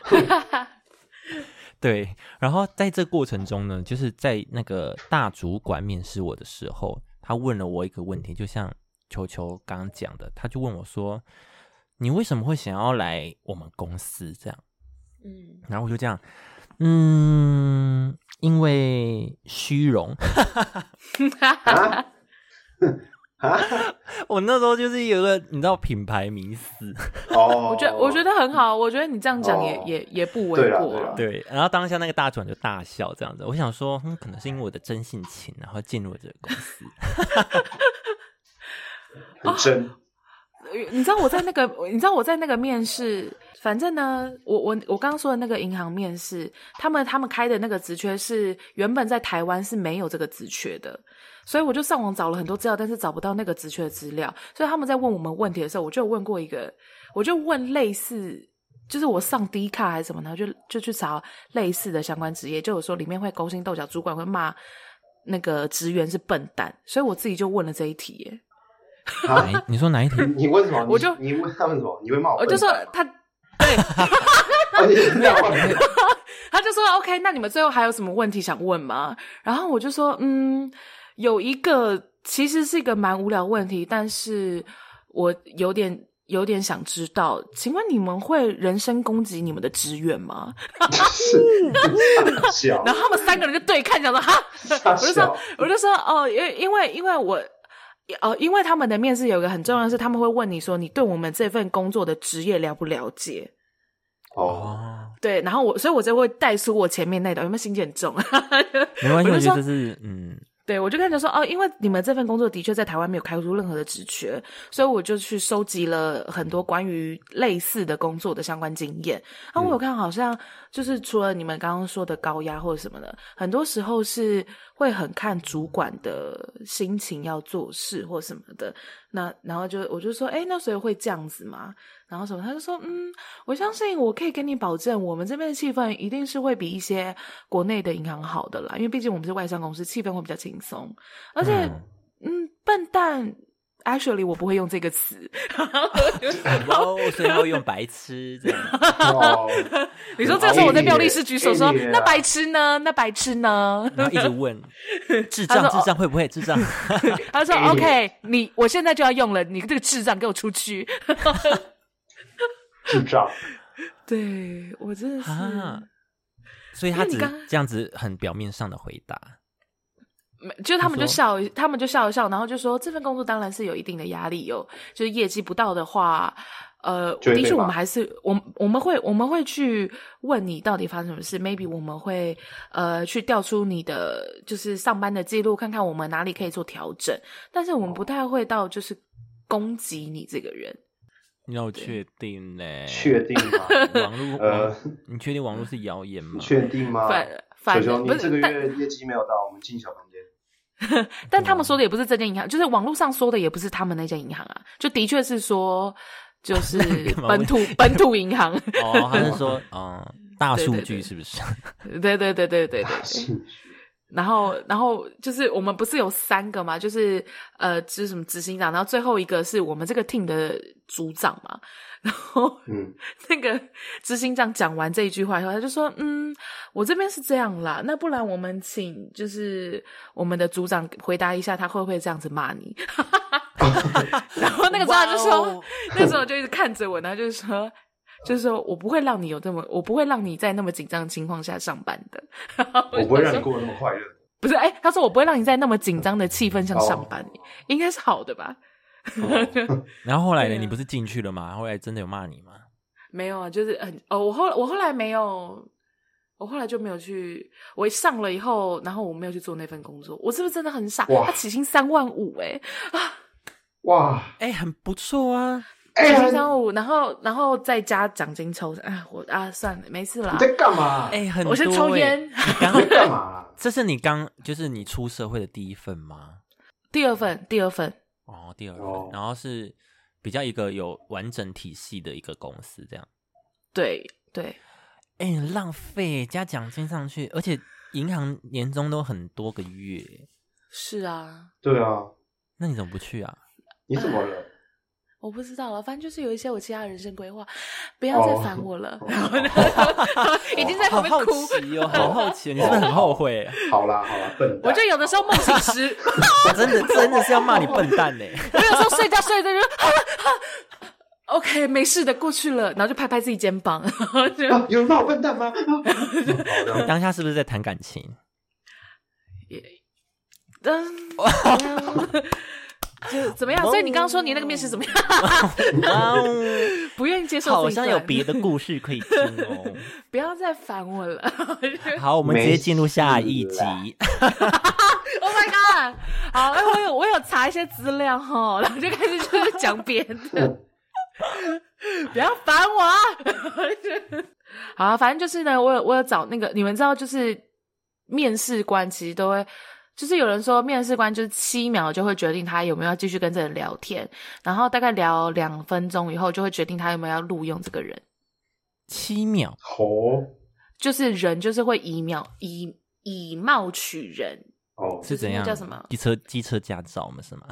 对，然后在这过程中呢，就是在那个大主管面试我的时候，他问了我一个问题，就像球球刚刚讲的，他就问我说：“你为什么会想要来我们公司？”这样，嗯，然后我就这样，嗯，因为虚荣。 啊啊！ 我那时候就是有个你知道品牌迷思哦， 我觉得我觉得很好，我觉得你这样讲也、 哦、 也也不为过。 对啦对，然后当下那个大主管就大笑这样子，我想说，嗯，可能是因为我的真性情，然后进入了这个公司， 很真。 哦你知道我在那个，你知道我在那个面试，反正呢，我我我刚刚说的那个银行面试，他们他们开的那个职缺是原本在台湾是没有这个职缺的，所以我就上网找了很多资料，但是找不到那个职缺的资料，所以他们在问我们问题的时候，我就有问过一个，我就问类似，就是我上 D 卡还是什么，然后就就去查类似的相关职业，就有说里面会勾心斗角，主管会骂那个职员是笨蛋，所以我自己就问了这一题耶。 啊、你说哪一题？ 你问什么？ 我就你问他们什么？你会骂我？ 我就说他对， 哦、你这样他就说 OK， 那你们最后还有什么问题想问吗？然后我就说嗯，有一个其实是一个蛮无聊的问题，但是我有点有点想知道，请问你们会人身攻击你们的职员吗？ 是， 然后他们三个人就对看，讲说哈，我就说我就说哦，因为因为因为我。呃，因为他们的面试有一个很重要的是，他们会问你说你对我们这份工作的职业了不了解？ 哦， 对，然后我，所以我就会带出我前面那段，有没有心机很重？ 没关系，我觉得这是嗯。 对，我就跟他说哦，因为你们这份工作的确在台湾没有开出任何的职缺，所以我就去收集了很多关于类似的工作的相关经验。那、啊、我有看好像就是除了你们刚刚说的高压或者什么的，很多时候是会很看主管的心情要做事或什么的。那然后就我就说，诶，那所以会这样子吗？然后什么，他就说，嗯，我相信我可以跟你保证，我们这边的气氛一定是会比一些国内的银行好的啦，因为毕竟我们是外商公司，气氛会比较轻松。而且，嗯，嗯笨蛋 ，actually 我不会用这个词， 哦，所以他会用白痴这样。 哦、 你说这时候我在妙丽室举手说，那白痴呢？那白痴呢？ 然后一直问，智障，智障会不会智障？ 他说 OK， 你我现在就要用了，你这个智障给我出去。 智障， 对我真的是、啊， 所以他只这样子很表面上的回答， 就是他们就笑，他们就笑一笑，然后就说这份工作当然是有一定的压力哟、哦，就是业绩不到的话，呃，的确我们还是我我们会我们会去问你到底发生什么事 ，maybe 我们会呃去调出你的就是上班的记录，看看我们哪里可以做调整，但是我们不太会到就是攻击你这个人。 你要确定呢？ 确定吗？ 网络呃，你确定网络是谣言吗？ 你确定吗？ 反反正你这个月业绩没有到，我们进小房间。 但他们说的也不是这间银行，就是网络上说的也不是他们那间银行啊，就的确是说就是本土本土银行。 哦，他是说嗯大数据是不是？ 对对对对对对对。然后，然后就是我们不是有三个嘛，就是呃，就是什么执行长，然后最后一个是我们这个 team 的组长嘛。然后，嗯，那个执行长讲完这一句话以后，他就说：“嗯，我这边是这样啦，那不然我们请就是我们的组长回答一下，他会不会这样子骂你？”然后那个组长就说：“ wow. 那时候就一直看着我，然后就是说。”就是说我不会让你有这么，我不会让你在那么紧张的情况下上班的。 我不会让你过得那么快乐。 不是，哎、欸，他说我不会让你在那么紧张的气氛下上班，哦、应该是好的吧？ 哦、然后后来呢？你不是进去了吗？后来真的有骂你吗？ 没有啊，就是很哦，我后我后来没有，我后来就没有去。我一上了以后，然后我没有去做那份工作。我是不是真的很傻？他起薪三万五，哎啊！ 哇， 哎、欸，很不错啊。 起薪三万五，然后然后再加奖金抽，哎，我啊算了，没事啦。 你在干嘛？ 哎、欸，很多、欸。 我是抽烟。 你刚在干嘛？ 这是你刚就是你出社会的第一份吗？ 第二份，第二份。 哦，第二份， 哦、 然后是比较一个有完整体系的一个公司，这样。 对对。 哎、欸，浪费加奖金上去，而且银行年终都很多个月。 是啊。 对啊。 那你怎么不去啊？ 你怎么了？ 我不知道了，反正就是有一些我其他的人生规划，不要再烦我了。然后呢，已经在旁边哭。 好好奇哦，好好奇，你是不是很后悔？ 好啦好啦，笨蛋！ 我就有的时候梦醒时， 我真的真的是要骂你笨蛋呢。 我有时候睡觉睡着就。OK， 没事的，过去了，然后就拍拍自己肩膀。 啊、有人骂我笨蛋吗？ 你当下是不是在谈感情？ 也，嗯，就怎么样？所以你刚刚说你那个面试怎么样？不愿意接受， 好像有别的故事可以听哦。 不要再烦我了。 好，我们直接进入下一集。 Oh my god！ 好，哎，我有我有查一些资料哈，然后就开始就是讲别的。不要烦我啊！好啊，反正就是呢，我有我有找那个，你们知道，就是面试官其实都会，就是有人说面试官就是七秒就会决定他有没有要继续跟这个人聊天，然后大概聊两分钟以后就会决定他有没有要录用这个人。 七秒， 哦， 就是人就是会以秒以以貌取人。 哦， 是怎样？ 叫什么？ 机车机车驾照吗？是吗？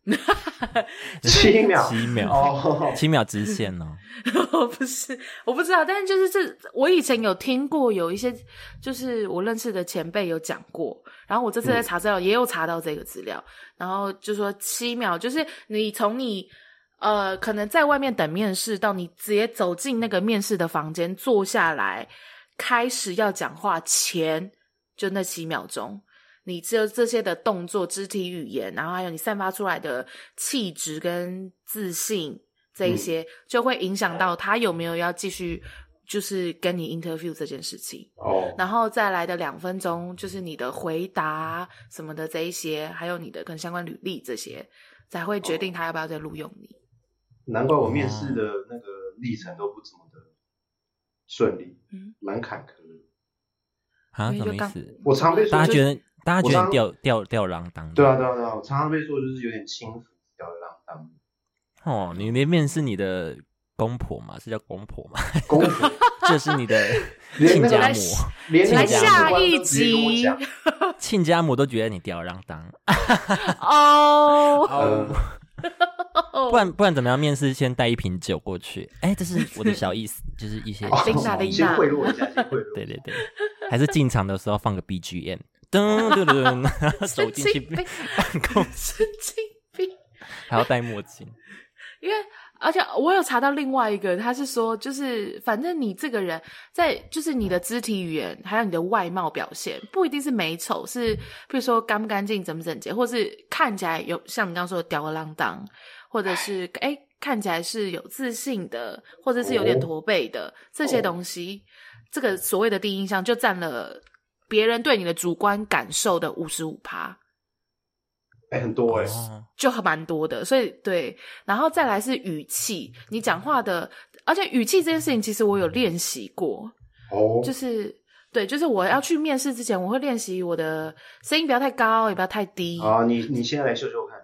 七秒， 七秒， 哦， 七秒直线哦。 不是，我不知道，但是就是这，我以前有听过，有一些就是我认识的前辈有讲过，然后我这次在查资料、嗯、也有查到这个资料，然后就说七秒，就是你从你呃可能在外面等面试，到你直接走进那个面试的房间坐下来，开始要讲话前，就那七秒钟。你只有这些的动作、肢体语言，然后还有你散发出来的气质跟自信，这一些、嗯、就会影响到他有没有要继续就是跟你 interview 这件事情。 哦， 然后再来的两分钟就是你的回答什么的这一些，还有你的跟相关履历这些，才会决定他要不要再录用你。 难怪我面试的那个历程都不怎么的顺利，嗯，蛮坎坷的。 啊，什么意思？ 我常被说、就是、 大家觉得大家觉得你吊吊吊儿郎当。 对啊对啊对啊，我常常被说就是有点轻浮吊儿郎当。 哦，你连面试你的公婆嘛？是叫公婆吗？ 公婆就是你的亲家母。 来下一集， 亲家母都觉得你吊儿郎当。 哦。 哦不然不然怎么样？面试先带一瓶酒过去，哎，这是我的小意思，就是一些琳娜琳娜， 先贿赂一下，先贿赂。 对对对，还是进场的时候放个 B G M， 噔噔噔，走进去办公室， 神经病， 还要戴墨镜， 因为而且我有查到另外一个，他是说，就是反正你这个人在，就是你的肢体语言，还有你的外貌表现，不一定是美丑，是比如说干不干净、整不整洁，或是看起来有像你刚刚说的吊儿郎当。或者是哎，看起来是有自信的，或者是有点驼背的、哦、这些东西，这个所谓的第一印象就占了别人对你的主观感受的 百分之五十五。 哎，很多哎、欸， 就蛮多的。所以对，然后再来是语气，你讲话的，而且语气这件事情其实我有练习过哦， 就是对，就是我要去面试之前，我会练习我的声音不要太高，也不要太低。 啊，你你现在来秀秀看。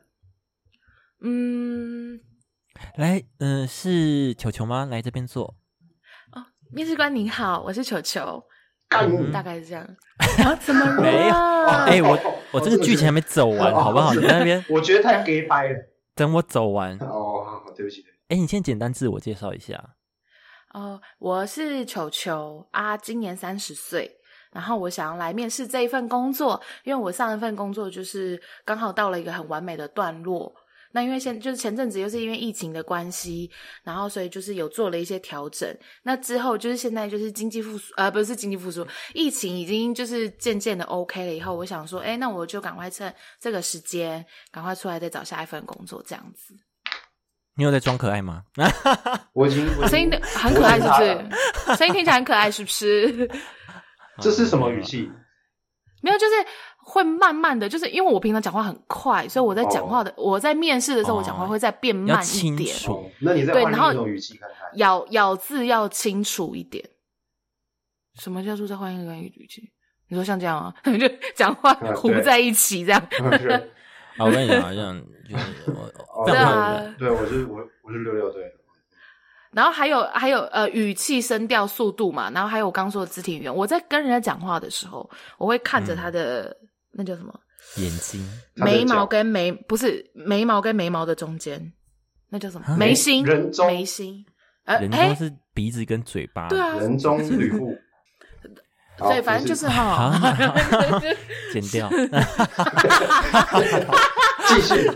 嗯， 来，嗯、呃，是球球吗？来这边坐。 哦，面试官您好，我是球球。 嗯， 大概是这样。啊，怎么了？ 没有，哎、欸，我我这个剧情还没走完， 哦、 好不好？你在那边， 我觉得太 gay 掰了。 等我走完。 哦，好，对不起。 哎、欸，你先简单自我介绍一下。 哦，我是球球啊，今年三十岁。然后我想要来面试这一份工作，因为我上一份工作就是刚好到了一个很完美的段落。那因为现就是前阵子又是因为疫情的关系，然后所以就是有做了一些调整。那之后就是现在就是经济复苏，呃，不是经济复苏，疫情已经就是渐渐的 OK 了以后，我想说，哎，那我就赶快趁这个时间，赶快出来再找下一份工作，这样子。 你有在装可爱吗？ 我已经，我已经声音很可爱，是不是？声音听起来很可爱，是不是？ 这是什么语气？ 没有，就是会慢慢的，就是因为我平常讲话很快，所以我在讲话的，哦、我在面试的时候，我讲话会再变慢一点。 哦、那你再换另一种语气看看， 咬咬字要清楚一点。什么叫做再换一个语气？你说像这样啊，就讲话糊在一起这样。 啊，我跟你讲，好像就是我， 对啊，对，我是我我是六六对。 然后还有还有呃语气、声调、速度嘛，然后还有我刚说的肢体语言。我在跟人家讲话的时候，我会看着他的、嗯、那叫什么眼睛、 眉毛跟眉不是眉毛跟眉毛的中间， 那叫什么？眉心， 人中眉心，呃， 人中是鼻子跟嘴巴， 对啊， 人中吕布。 对，反正就是哈， 剪掉， 继续。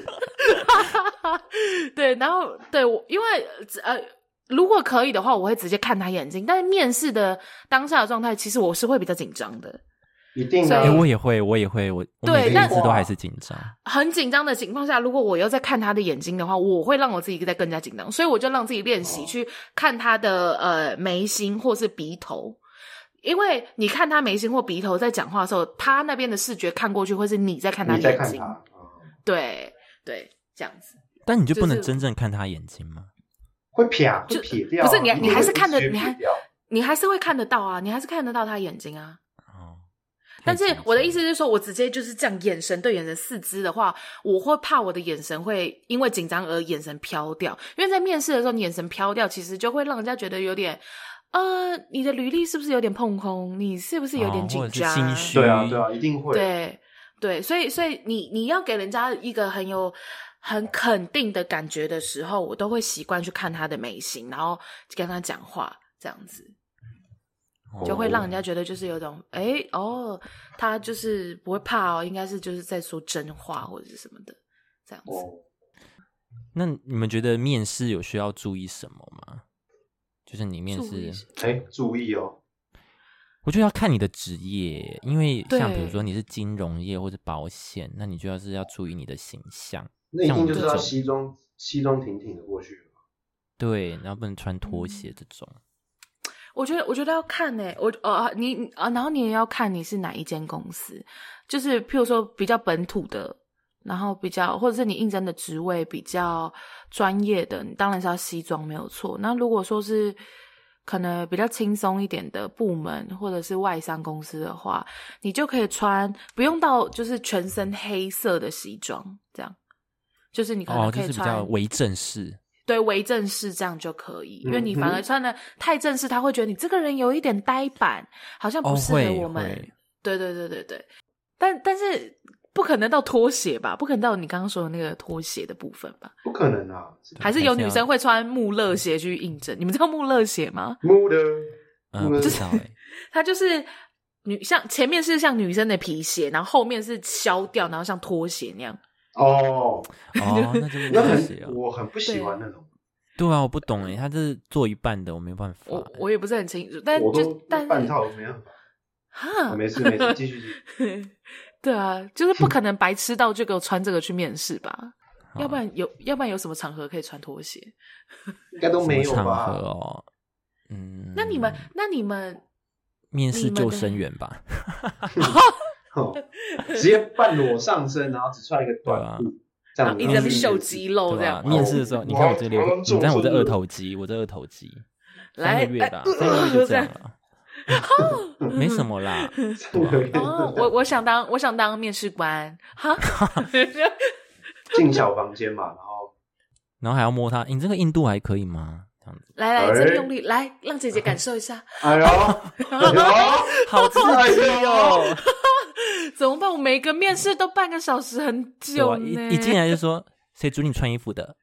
对，然后对我，因为呃，如果可以的话，我会直接看他眼睛。但是面试的当下的状态，其实我是会比较紧张的。 一定的、 欸，我也会，我也会，我我每一次都还是紧张。 很紧张的情况下，如果我又在看他的眼睛的话，我会让我自己再更加紧张，所以我就让自己练习去看他的呃眉心或是鼻头。因为你看他眉心或鼻头在讲话的时候，他那边的视觉看过去会是你在看他眼睛， 你在看他，嗯、 对对，这样子。 但你就不能真正看他眼睛吗？ 会撇，会撇掉、啊。 不是你，你还是看得，你还掉你还是会看得到啊，你还是看得到他眼睛啊。 哦。 但是我的意思是说，我直接就是这样眼神对眼神四肢的话，我会怕我的眼神会因为紧张而眼神飘掉，因为在面试的时候，你眼神飘掉，其实就会让人家觉得有点。呃，你的履历是不是有点碰空？你是不是有点紧张？ 哦、心虚？ 对啊，对啊，一定会。 对对，所以所以你你要给人家一个很有很肯定的感觉的时候，我都会习惯去看他的眉心，然后跟他讲话，这样子就会让人家觉得就是有种哎哦，他就是不会怕哦，应该是就是在说真话或者是什么的这样子。 哦、 那你们觉得面试有需要注意什么吗？就是你面试， 哎，注意哦！ 我觉得要看你的职业，因为像比如说你是金融业或者保险，那你就要是要注意你的形象。 那一定就是要西装西装挺挺的过去了。 对，然后不能穿拖鞋这种。 我觉得，我觉得要看呢、欸，我呃，你啊，然后你也要看你是哪一间公司，就是譬如说比较本土的。然后比较，或者是你应征的职位比较专业的，你当然是要西装没有错。那如果说是可能比较轻松一点的部门或者是外商公司的话，你就可以穿不用到就是全身黑色的西装，这样就是你可能可以穿、 哦、就是比较微正式， 对，微正式这样就可以，因为你反而穿的太正式，他会觉得你这个人有一点呆板，好像不适合我们。 哦、 对对对对对，但但是。不可能到拖鞋吧？不可能到你刚刚说的那个拖鞋的部分吧？ 不可能啊！ 还是有女生会穿穆勒鞋去应征？你们知道穆勒鞋吗？ 穆勒， 嗯，不知道哎。 它就是女像前面是像女生的皮鞋，然后后面是削掉，然后像拖鞋那样。 哦哦，那就是那很我很不喜欢那种。 对啊，我不懂哎，他这是做一半的，我没办法。 我我也不是很清楚，但我就但半套没办法。哈，没事没事，继续继续。 对啊，就是不可能白痴到就给我穿这个去面试吧？要不然有，要不然有什么场合可以穿拖鞋？ 应该都没有吧？ 场合哦，嗯。 那你们，那你们面试救生员吧？ 哦、直接半裸上身，然后只穿一个短裤，这样一直在秀肌肉这样。 面试的时候，你看我这六，你看我这二头肌，我这二头肌，三个月吧，三个月就这样了。没什么啦。 哦，我我想当我想当面试官，哈， 进小房间嘛，然后然后还要摸他，你这个硬度还可以吗？这样子， 来来，这个用力，来让姐姐感受一下。 哎呦，哎呦， 好刺激哦！ 怎么办？我每个面试都半个小时，很久呢。 一一进来就说。谁准你穿衣服的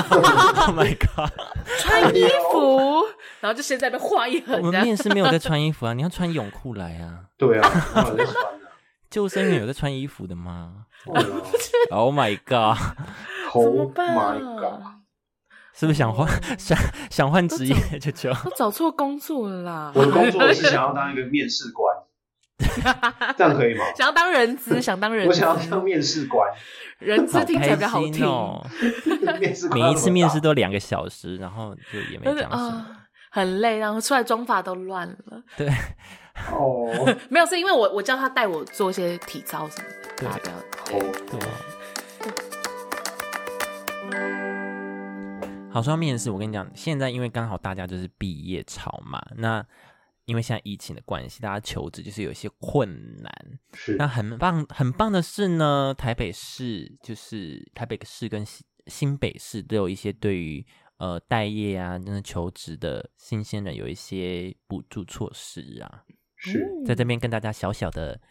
？Oh my god！ 穿衣服，然后就现在被画一横。 我们面试没有在穿衣服啊，你要穿泳裤来啊。 对啊，我在穿啊。 救生员有在穿衣服的吗 ？Oh my god！Oh my god！ 是不是想换想想换职业就就都找错工作了啦？ 我的工作是想要当一个面试官。这样可以吗？ 想要当人资，想当人资， 我想要当面试官。 人资听起来比较好听哦。 面试每一次面试都两个小时，然后就也没讲什么、 呃，很累，然后出来妆发都乱了。 对， 哦， 没有，是因为我我叫他带我做一些体操什么的，大家不要。对对。 好，说到面试，我跟你讲，现在因为刚好大家就是毕业潮嘛，那。因为现在疫情的关系，大家求职就是有一些困难。 是， 那很棒，很棒的是呢，台北市就是台北市跟新北市都有一些对于呃待业啊、真的求职的新鲜人有一些补助措施啊。 是， 在这边跟大家小小的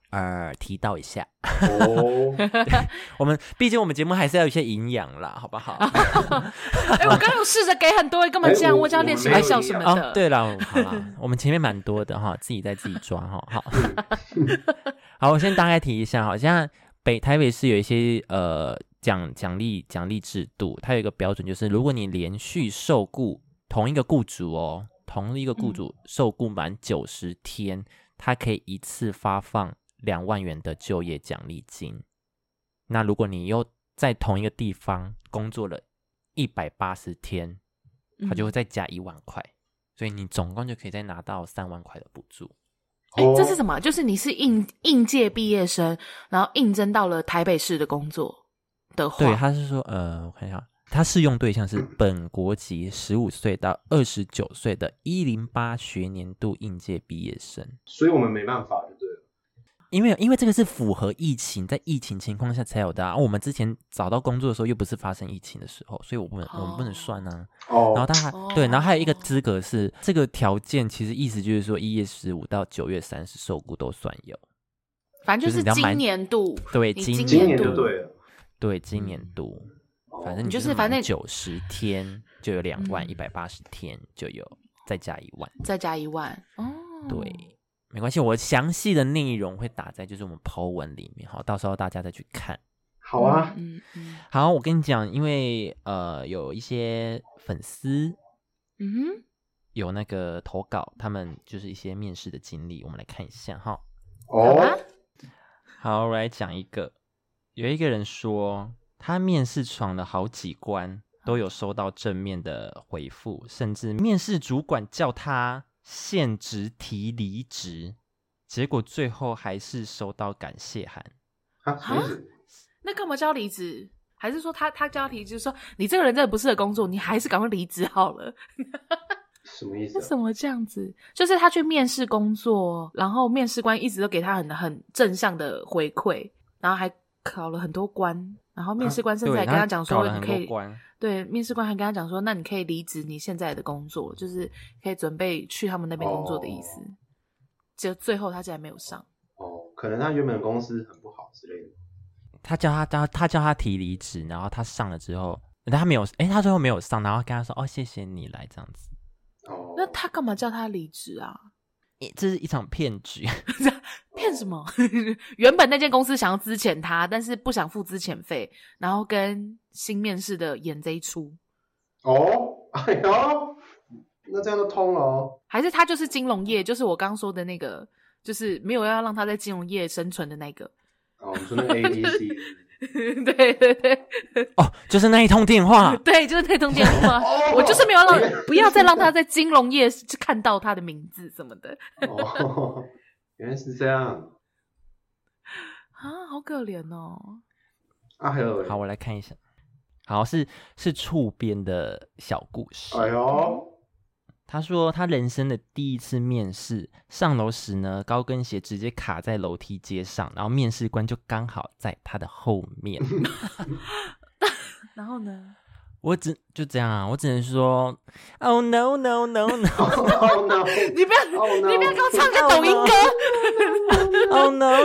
呃提到一下。 哦， 我们毕竟我们节目还是要有一些营养啦，好不好？ 哎、欸，我刚刚有试着给很多，根本这样，我叫练习微笑什么的。 哦，对了，好啦，我们前面蛮多的哈，自己在自己抓哈。好，好，我先大概提一下，好像北台北市有一些呃奖奖励奖励制度，它有一个标准，就是如果你连续受雇同一个雇主哦，同一个雇主受雇满九十天，它可以一次发放两万元的就业奖励金。那如果你又在同一个地方工作了一百八十天，它就会再加一万块、嗯，所以你总共就可以再拿到三万块的补助。 哎、欸，这是什么？就是你是应应届毕业生，然后应征到了台北市的工作的话， 对，他是说，呃，我看一下，他适用对象是本国籍十五岁到二十九岁的一零八学年度应届毕业生， 所以我们没办法，就对了。 因为因为这个是符合疫情，在疫情情况下才有的啊。我们之前找到工作的时候又不是发生疫情的时候，所以我不能、oh. 我们不能算啊。哦、oh. 然后他还、oh. 对，然后还有一个资格是这个条件，其实意思就是说一月十五到九月三十受雇都算有。 反正就是今年度， 就是、对，今年度对了， 对，今年度，嗯、反正你就是反正九十天就有两万，一百八十天就有再加一万， 再加一万哦， 对。没关系，我详细的内容会打在就是我们 po 文里面，好，到时候大家再去看。 好啊， 嗯嗯， 好，我跟你讲，因为呃有一些粉丝， 嗯哼， 有那个投稿，他们就是一些面试的经历，我们来看一下哈。 哦， 好，我来讲一个，有一个人说他面试闯了好几关，都有收到正面的回复，甚至面试主管叫他现职提离职，结果最后还是收到感谢函。 啊？什么意思？ 那干嘛叫离职？还是说他他叫他离职，说你这个人真的不适合工作，你还是赶快离职好了？ 什么意思、啊？ 为什么这样子？就是他去面试工作，然后面试官一直都给他很很正向的回馈，然后还考了很多关，然后面试官甚至还跟他讲说，你可以。对，面试官还跟他讲说，那你可以离职你现在的工作，就是可以准备去他们那边工作的意思。结、哦、果最后他竟然没有上。 哦，可能他原本的公司很不好之类的。 他叫他他他叫他提离职，然后他上了之后，他没有，哎，他最后没有上，然后跟他说，哦，谢谢你来这样子。 哦， 那他干嘛叫他离职啊？ 这是一场骗局。 骗什么？原本那间公司想要资遣他，但是不想付资遣费，然后跟新面试的演这一出。 哦，哎呦，那这样就通了哦。 还是他就是金融业，就是我刚说的那个，就是没有要让他在金融业生存的那个。 哦，你说那个 A B C。 对对对。 哦，就是那一通电话。 对，就是那通电话。哦、我就是没有让，不要再让他在金融业看到他的名字什么的。 哦，原来是这样。 啊，好可怜哦。 啊，还有， 好，我来看一下。好，是是触边的小故事。 哎呦。 他说他人生的第一次面试，上楼时呢，高跟鞋直接卡在楼梯阶上，然后面试官就刚好在他的后面。 然后呢？ 我只就这样啊，我只能说 ，Oh no no no no！Oh no！ 你不要， oh, no. 你不要给我唱个抖音歌。 Oh no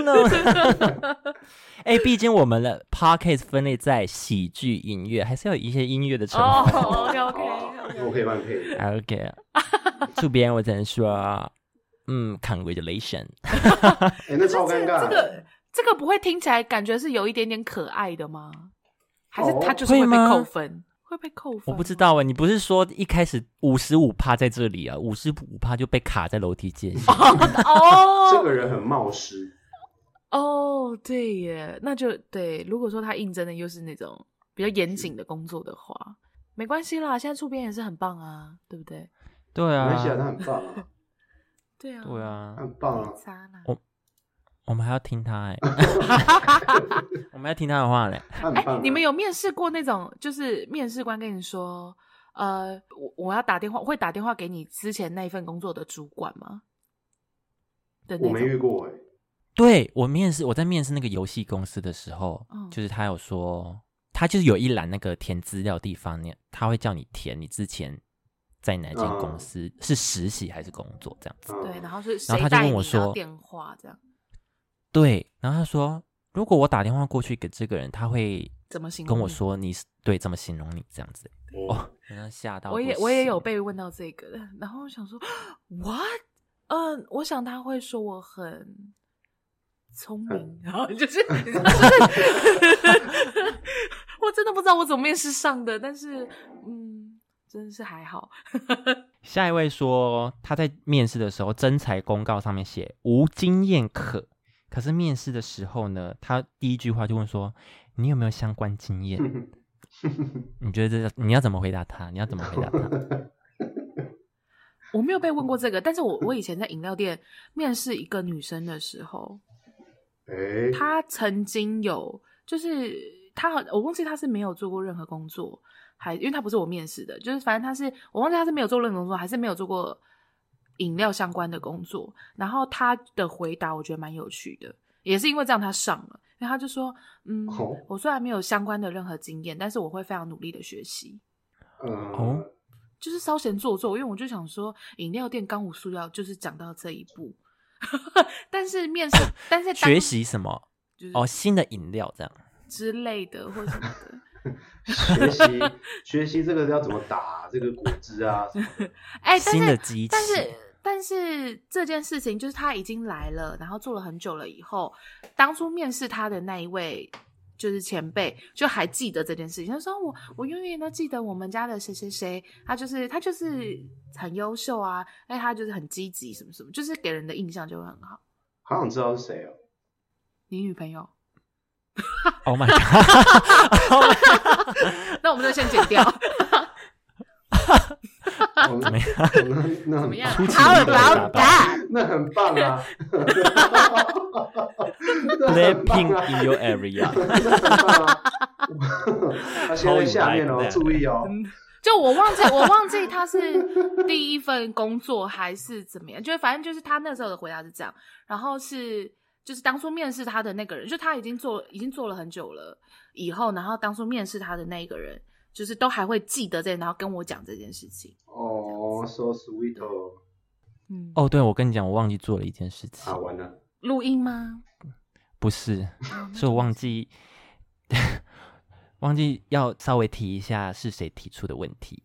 no！ 哎，毕竟我们的 podcast 分类在喜剧、音乐，还是要有一些音乐的成分。 哦 ，OK OK， 我可以帮你配。 OK， 这边我只能说，嗯 ，Congratulations。 哎，那超尴尬。 这个这个不会听起来感觉是有一点点可爱的吗？还是他就是会被扣分？会被扣分？ 我不知道哎，你不是说一开始五十五趴在这里啊，五十五趴就被卡在楼梯间上？ 哦， 这个人很冒失。 哦，对耶，那就对。如果说他应征的又是那种比较严谨的工作的话，没关系啦。现在触边也是很棒啊，对不对？ 对啊， 没关系啊，他很棒啊。 对啊， 对啊， 很棒啊。 我我们还要听他哎，我们要听他的话嘞。 哎、欸，你们有面试过那种，就是面试官跟你说，呃，我我要打电话，会打电话给你之前那一份工作的主管吗？ 我没遇过哎、欸。 对，我面试，我在面试那个游戏公司的时候，嗯、就是他有说，他就是有一栏那个填资料地方，他会叫你填你之前在哪间公司、嗯、是实习还是工作这样子。 对，然后是谁带你，然后电话这样。 对，然后他说如果我打电话过去给这个人，他会怎么形容跟我说你是对怎么形容你这样子。哦，真的吓到我也我也有被问到这个，然后我想说 what 嗯，我想他会说我很聪明，然后就是我真的不知道我怎么面试上的，但是嗯真的是还好。 下一位说他在面试的时候征才公告上面写无经验可，可是面试的时候呢，他第一句话就问说你有没有相关经验？你觉得这你要怎么回答他？你要怎么回答他？ 我没有被问过这个，但是我我以前在饮料店面试一个女生的时候， 欸、 她曾经有就是她我忘记她是没有做过任何工作，还因为她不是我面试的，就是反正她是我忘记她是没有做任何工作，还是没有做过饮料相关的工作。然后她的回答我觉得蛮有趣的，也是因为这样她上了。然后他就说嗯、哦、我虽然没有相关的任何经验，但是我会非常努力的学习。 哦， 就是稍嫌做作，因为我就想说饮料店钢五塑料就是讲到这一步。但是面试但是学习什么、 就是、 哦新的饮料这样之类的或什么的。 学习学习这个要怎么打这个果汁啊什么的。 哎、欸， 新的机器， 但是但是这件事情就是他已经来了，然后做了很久了以后，当初面试他的那一位就是前辈就还记得这件事情，他说我我永远都记得我们家的谁谁谁，他就是他就是很优秀啊，哎他就是很积极什么什么，就是给人的印象就会很好。 好想知道是谁哦。 你女朋友 ？Oh my god！ oh my god 那我们就先剪掉。 哦、怎么样？那怎么样 ？How about that？ 那很棒啊 ！Blackpink in your area。 他现在下面哦，注意哦。 就我忘记，我忘记他是第一份工作还是怎么样，就是反正就是他那时候的回答是这样，然后是就是当初面试他的那个人，就他已经做已经做了很久了以后，然后当初面试他的那个人。就是都还会记得这，然后跟我讲这件事情。 哦、oh, ，so sweet 哦。 嗯， 哦，对，我跟你讲，我忘记做了一件事情。 啊，完了。 录音吗？ 不是，是我忘记忘记要稍微提一下是谁提出的问题。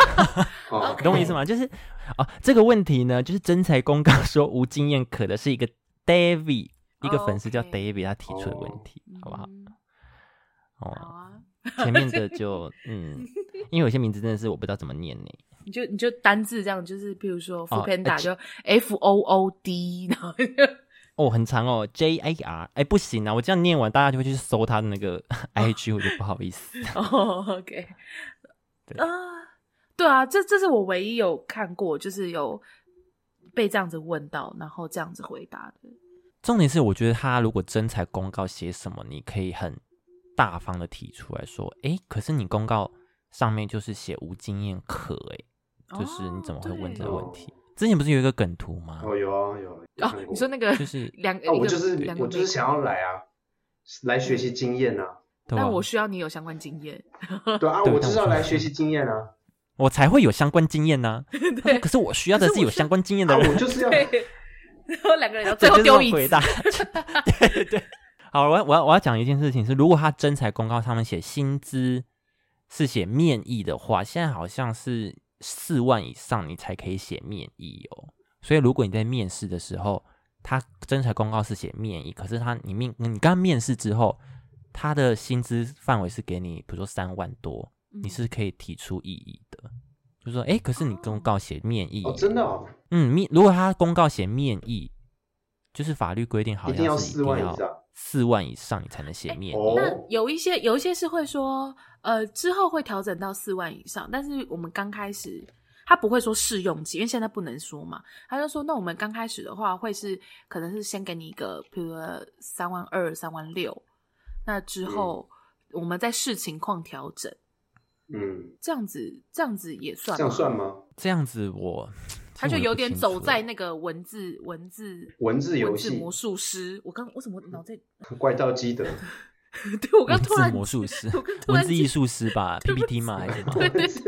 oh, 懂我意思吗？就是哦，这个问题呢，就是征才公告说无经验可的是一个 David， 一个粉丝叫 David， 他提出的问题， oh, 好不好？ 哦，好啊。 前面的就嗯，因为有些名字真的是我不知道怎么念呢。 你就你就单字这样，就是比如说 Foodpanda 就 F O O D， 然后哦很长哦 J A R， 哎不行啊，我这样念完大家就会去搜他的那个 I G， 我就不好意思。 哦 ，OK， 对啊、uh, 对啊，这这是我唯一有看过，就是有被这样子问到，然后这样子回答的。 重点是我觉得他如果征才公告写什么，你可以很大方的提出来说，哎，可是你公告上面就是写无经验可，哎，就是你怎么会问这个问题？哦、之前不是有一个梗图吗？ 哦，有啊有。 哦，你说那个就是两、 啊，我就是我就是想要来啊，来学习经验啊。 但我需要你有相关经验。 对啊，我就是要来学习经验啊， 我才会有相关经验呢、啊。对，可是我需要的是有相关经验的人。 啊、我就是要。 然后两个人最后丢椅子。 回答。对对对。好，我要我要我要讲一件事情是，如果他征才公告上面写薪资是写面议的话，现在好像是四万以上你才可以写面议哦。所以如果你在面试的时候，他征才公告是写面议，可是他你面你刚面试之后，他的薪资范围是给你，比如说三万多，嗯、你是可以提出异议的，就说哎，可是你公告写面议， 哦，真的哦， 嗯，面如果他公告写面议，就是法律规定好像是一定要四万以上。 四万以上你才能写面议、 欸。那有一些有一些是会说，呃，之后会调整到四万以上，但是我们刚开始他不会说试用期，因为现在不能说嘛，他就说那我们刚开始的话会是可能是先给你一个，比如说三万二、三万六，那之后我们再视情况调整。嗯，这样子这样子也算吗？ 这样算吗？ 这样子我。 他就有点走在那个文字文字文字游戏魔术师，我刚我怎么脑袋怪盗基德？ 对，我刚突然文字魔术师，文字艺术师吧 ？P P T 吗？还是什么？ 对对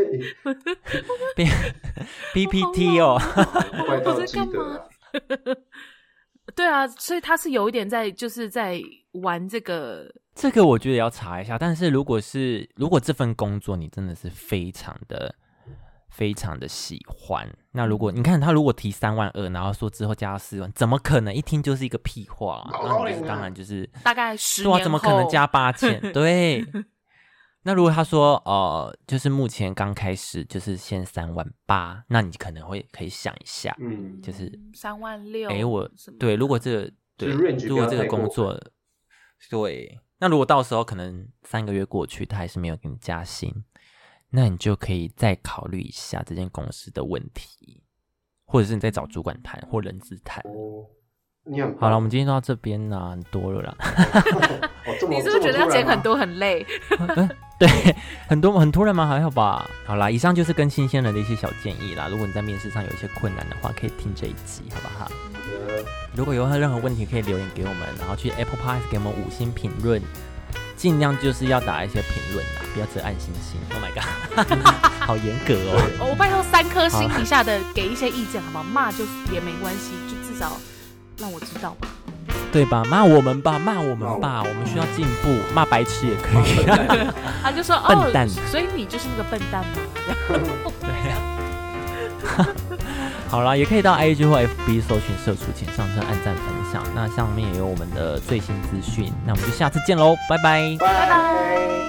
，P P T 哦， 怪盗基德。 对啊，所以他是有一点在就是在玩这个。 这个我觉得要查一下，但是如果是如果这份工作你真的是非常的非常的喜欢，那如果你看他如果提三万二，然后说之后加到四万，怎么可能？一听就是一个屁话、啊，那你就是当然就是大概十年后， 对啊，怎么可能加八千？对。那如果他说呃，就是目前刚开始就是先三万八，那你可能会可以想一下，嗯，就是三万六。 哎，我对，如果这个对，如果这个工作，对，那如果到时候可能三个月过去，他还是没有给你加薪，那你就可以再考虑一下这间公司的问题，或者是你再找主管谈或人资谈。 哦，你很好了，我们今天到这边啦，很多了啦。 哦、 你是不是觉得要剪很多很累？ 对，很多很突然吗？还好吧。好啦，以上就是跟新鲜人的一些小建议啦。如果你在面试上有一些困难的话，可以听这一集，好不好？如果有任何问题，可以留言给我们，然后去 Apple Podcast 给我们五星评论，尽量就是要打一些评论啦，不要只按星星。Oh my god， 好严格哦！ 我拜托三颗星以下的给一些意见，好不好？骂就也没关系，就至少让我知道吧。 对吧？骂我们吧，骂我们吧，我们需要进步，骂白痴也可以。 他就说笨蛋、 哦，所以你就是那个笨蛋吗？ 对呀。好啦，也可以到 I G 或 F B 搜寻社畜请上车，按赞分享。那上面也有我们的最新资讯。那我们就下次见喽，拜拜， 拜拜。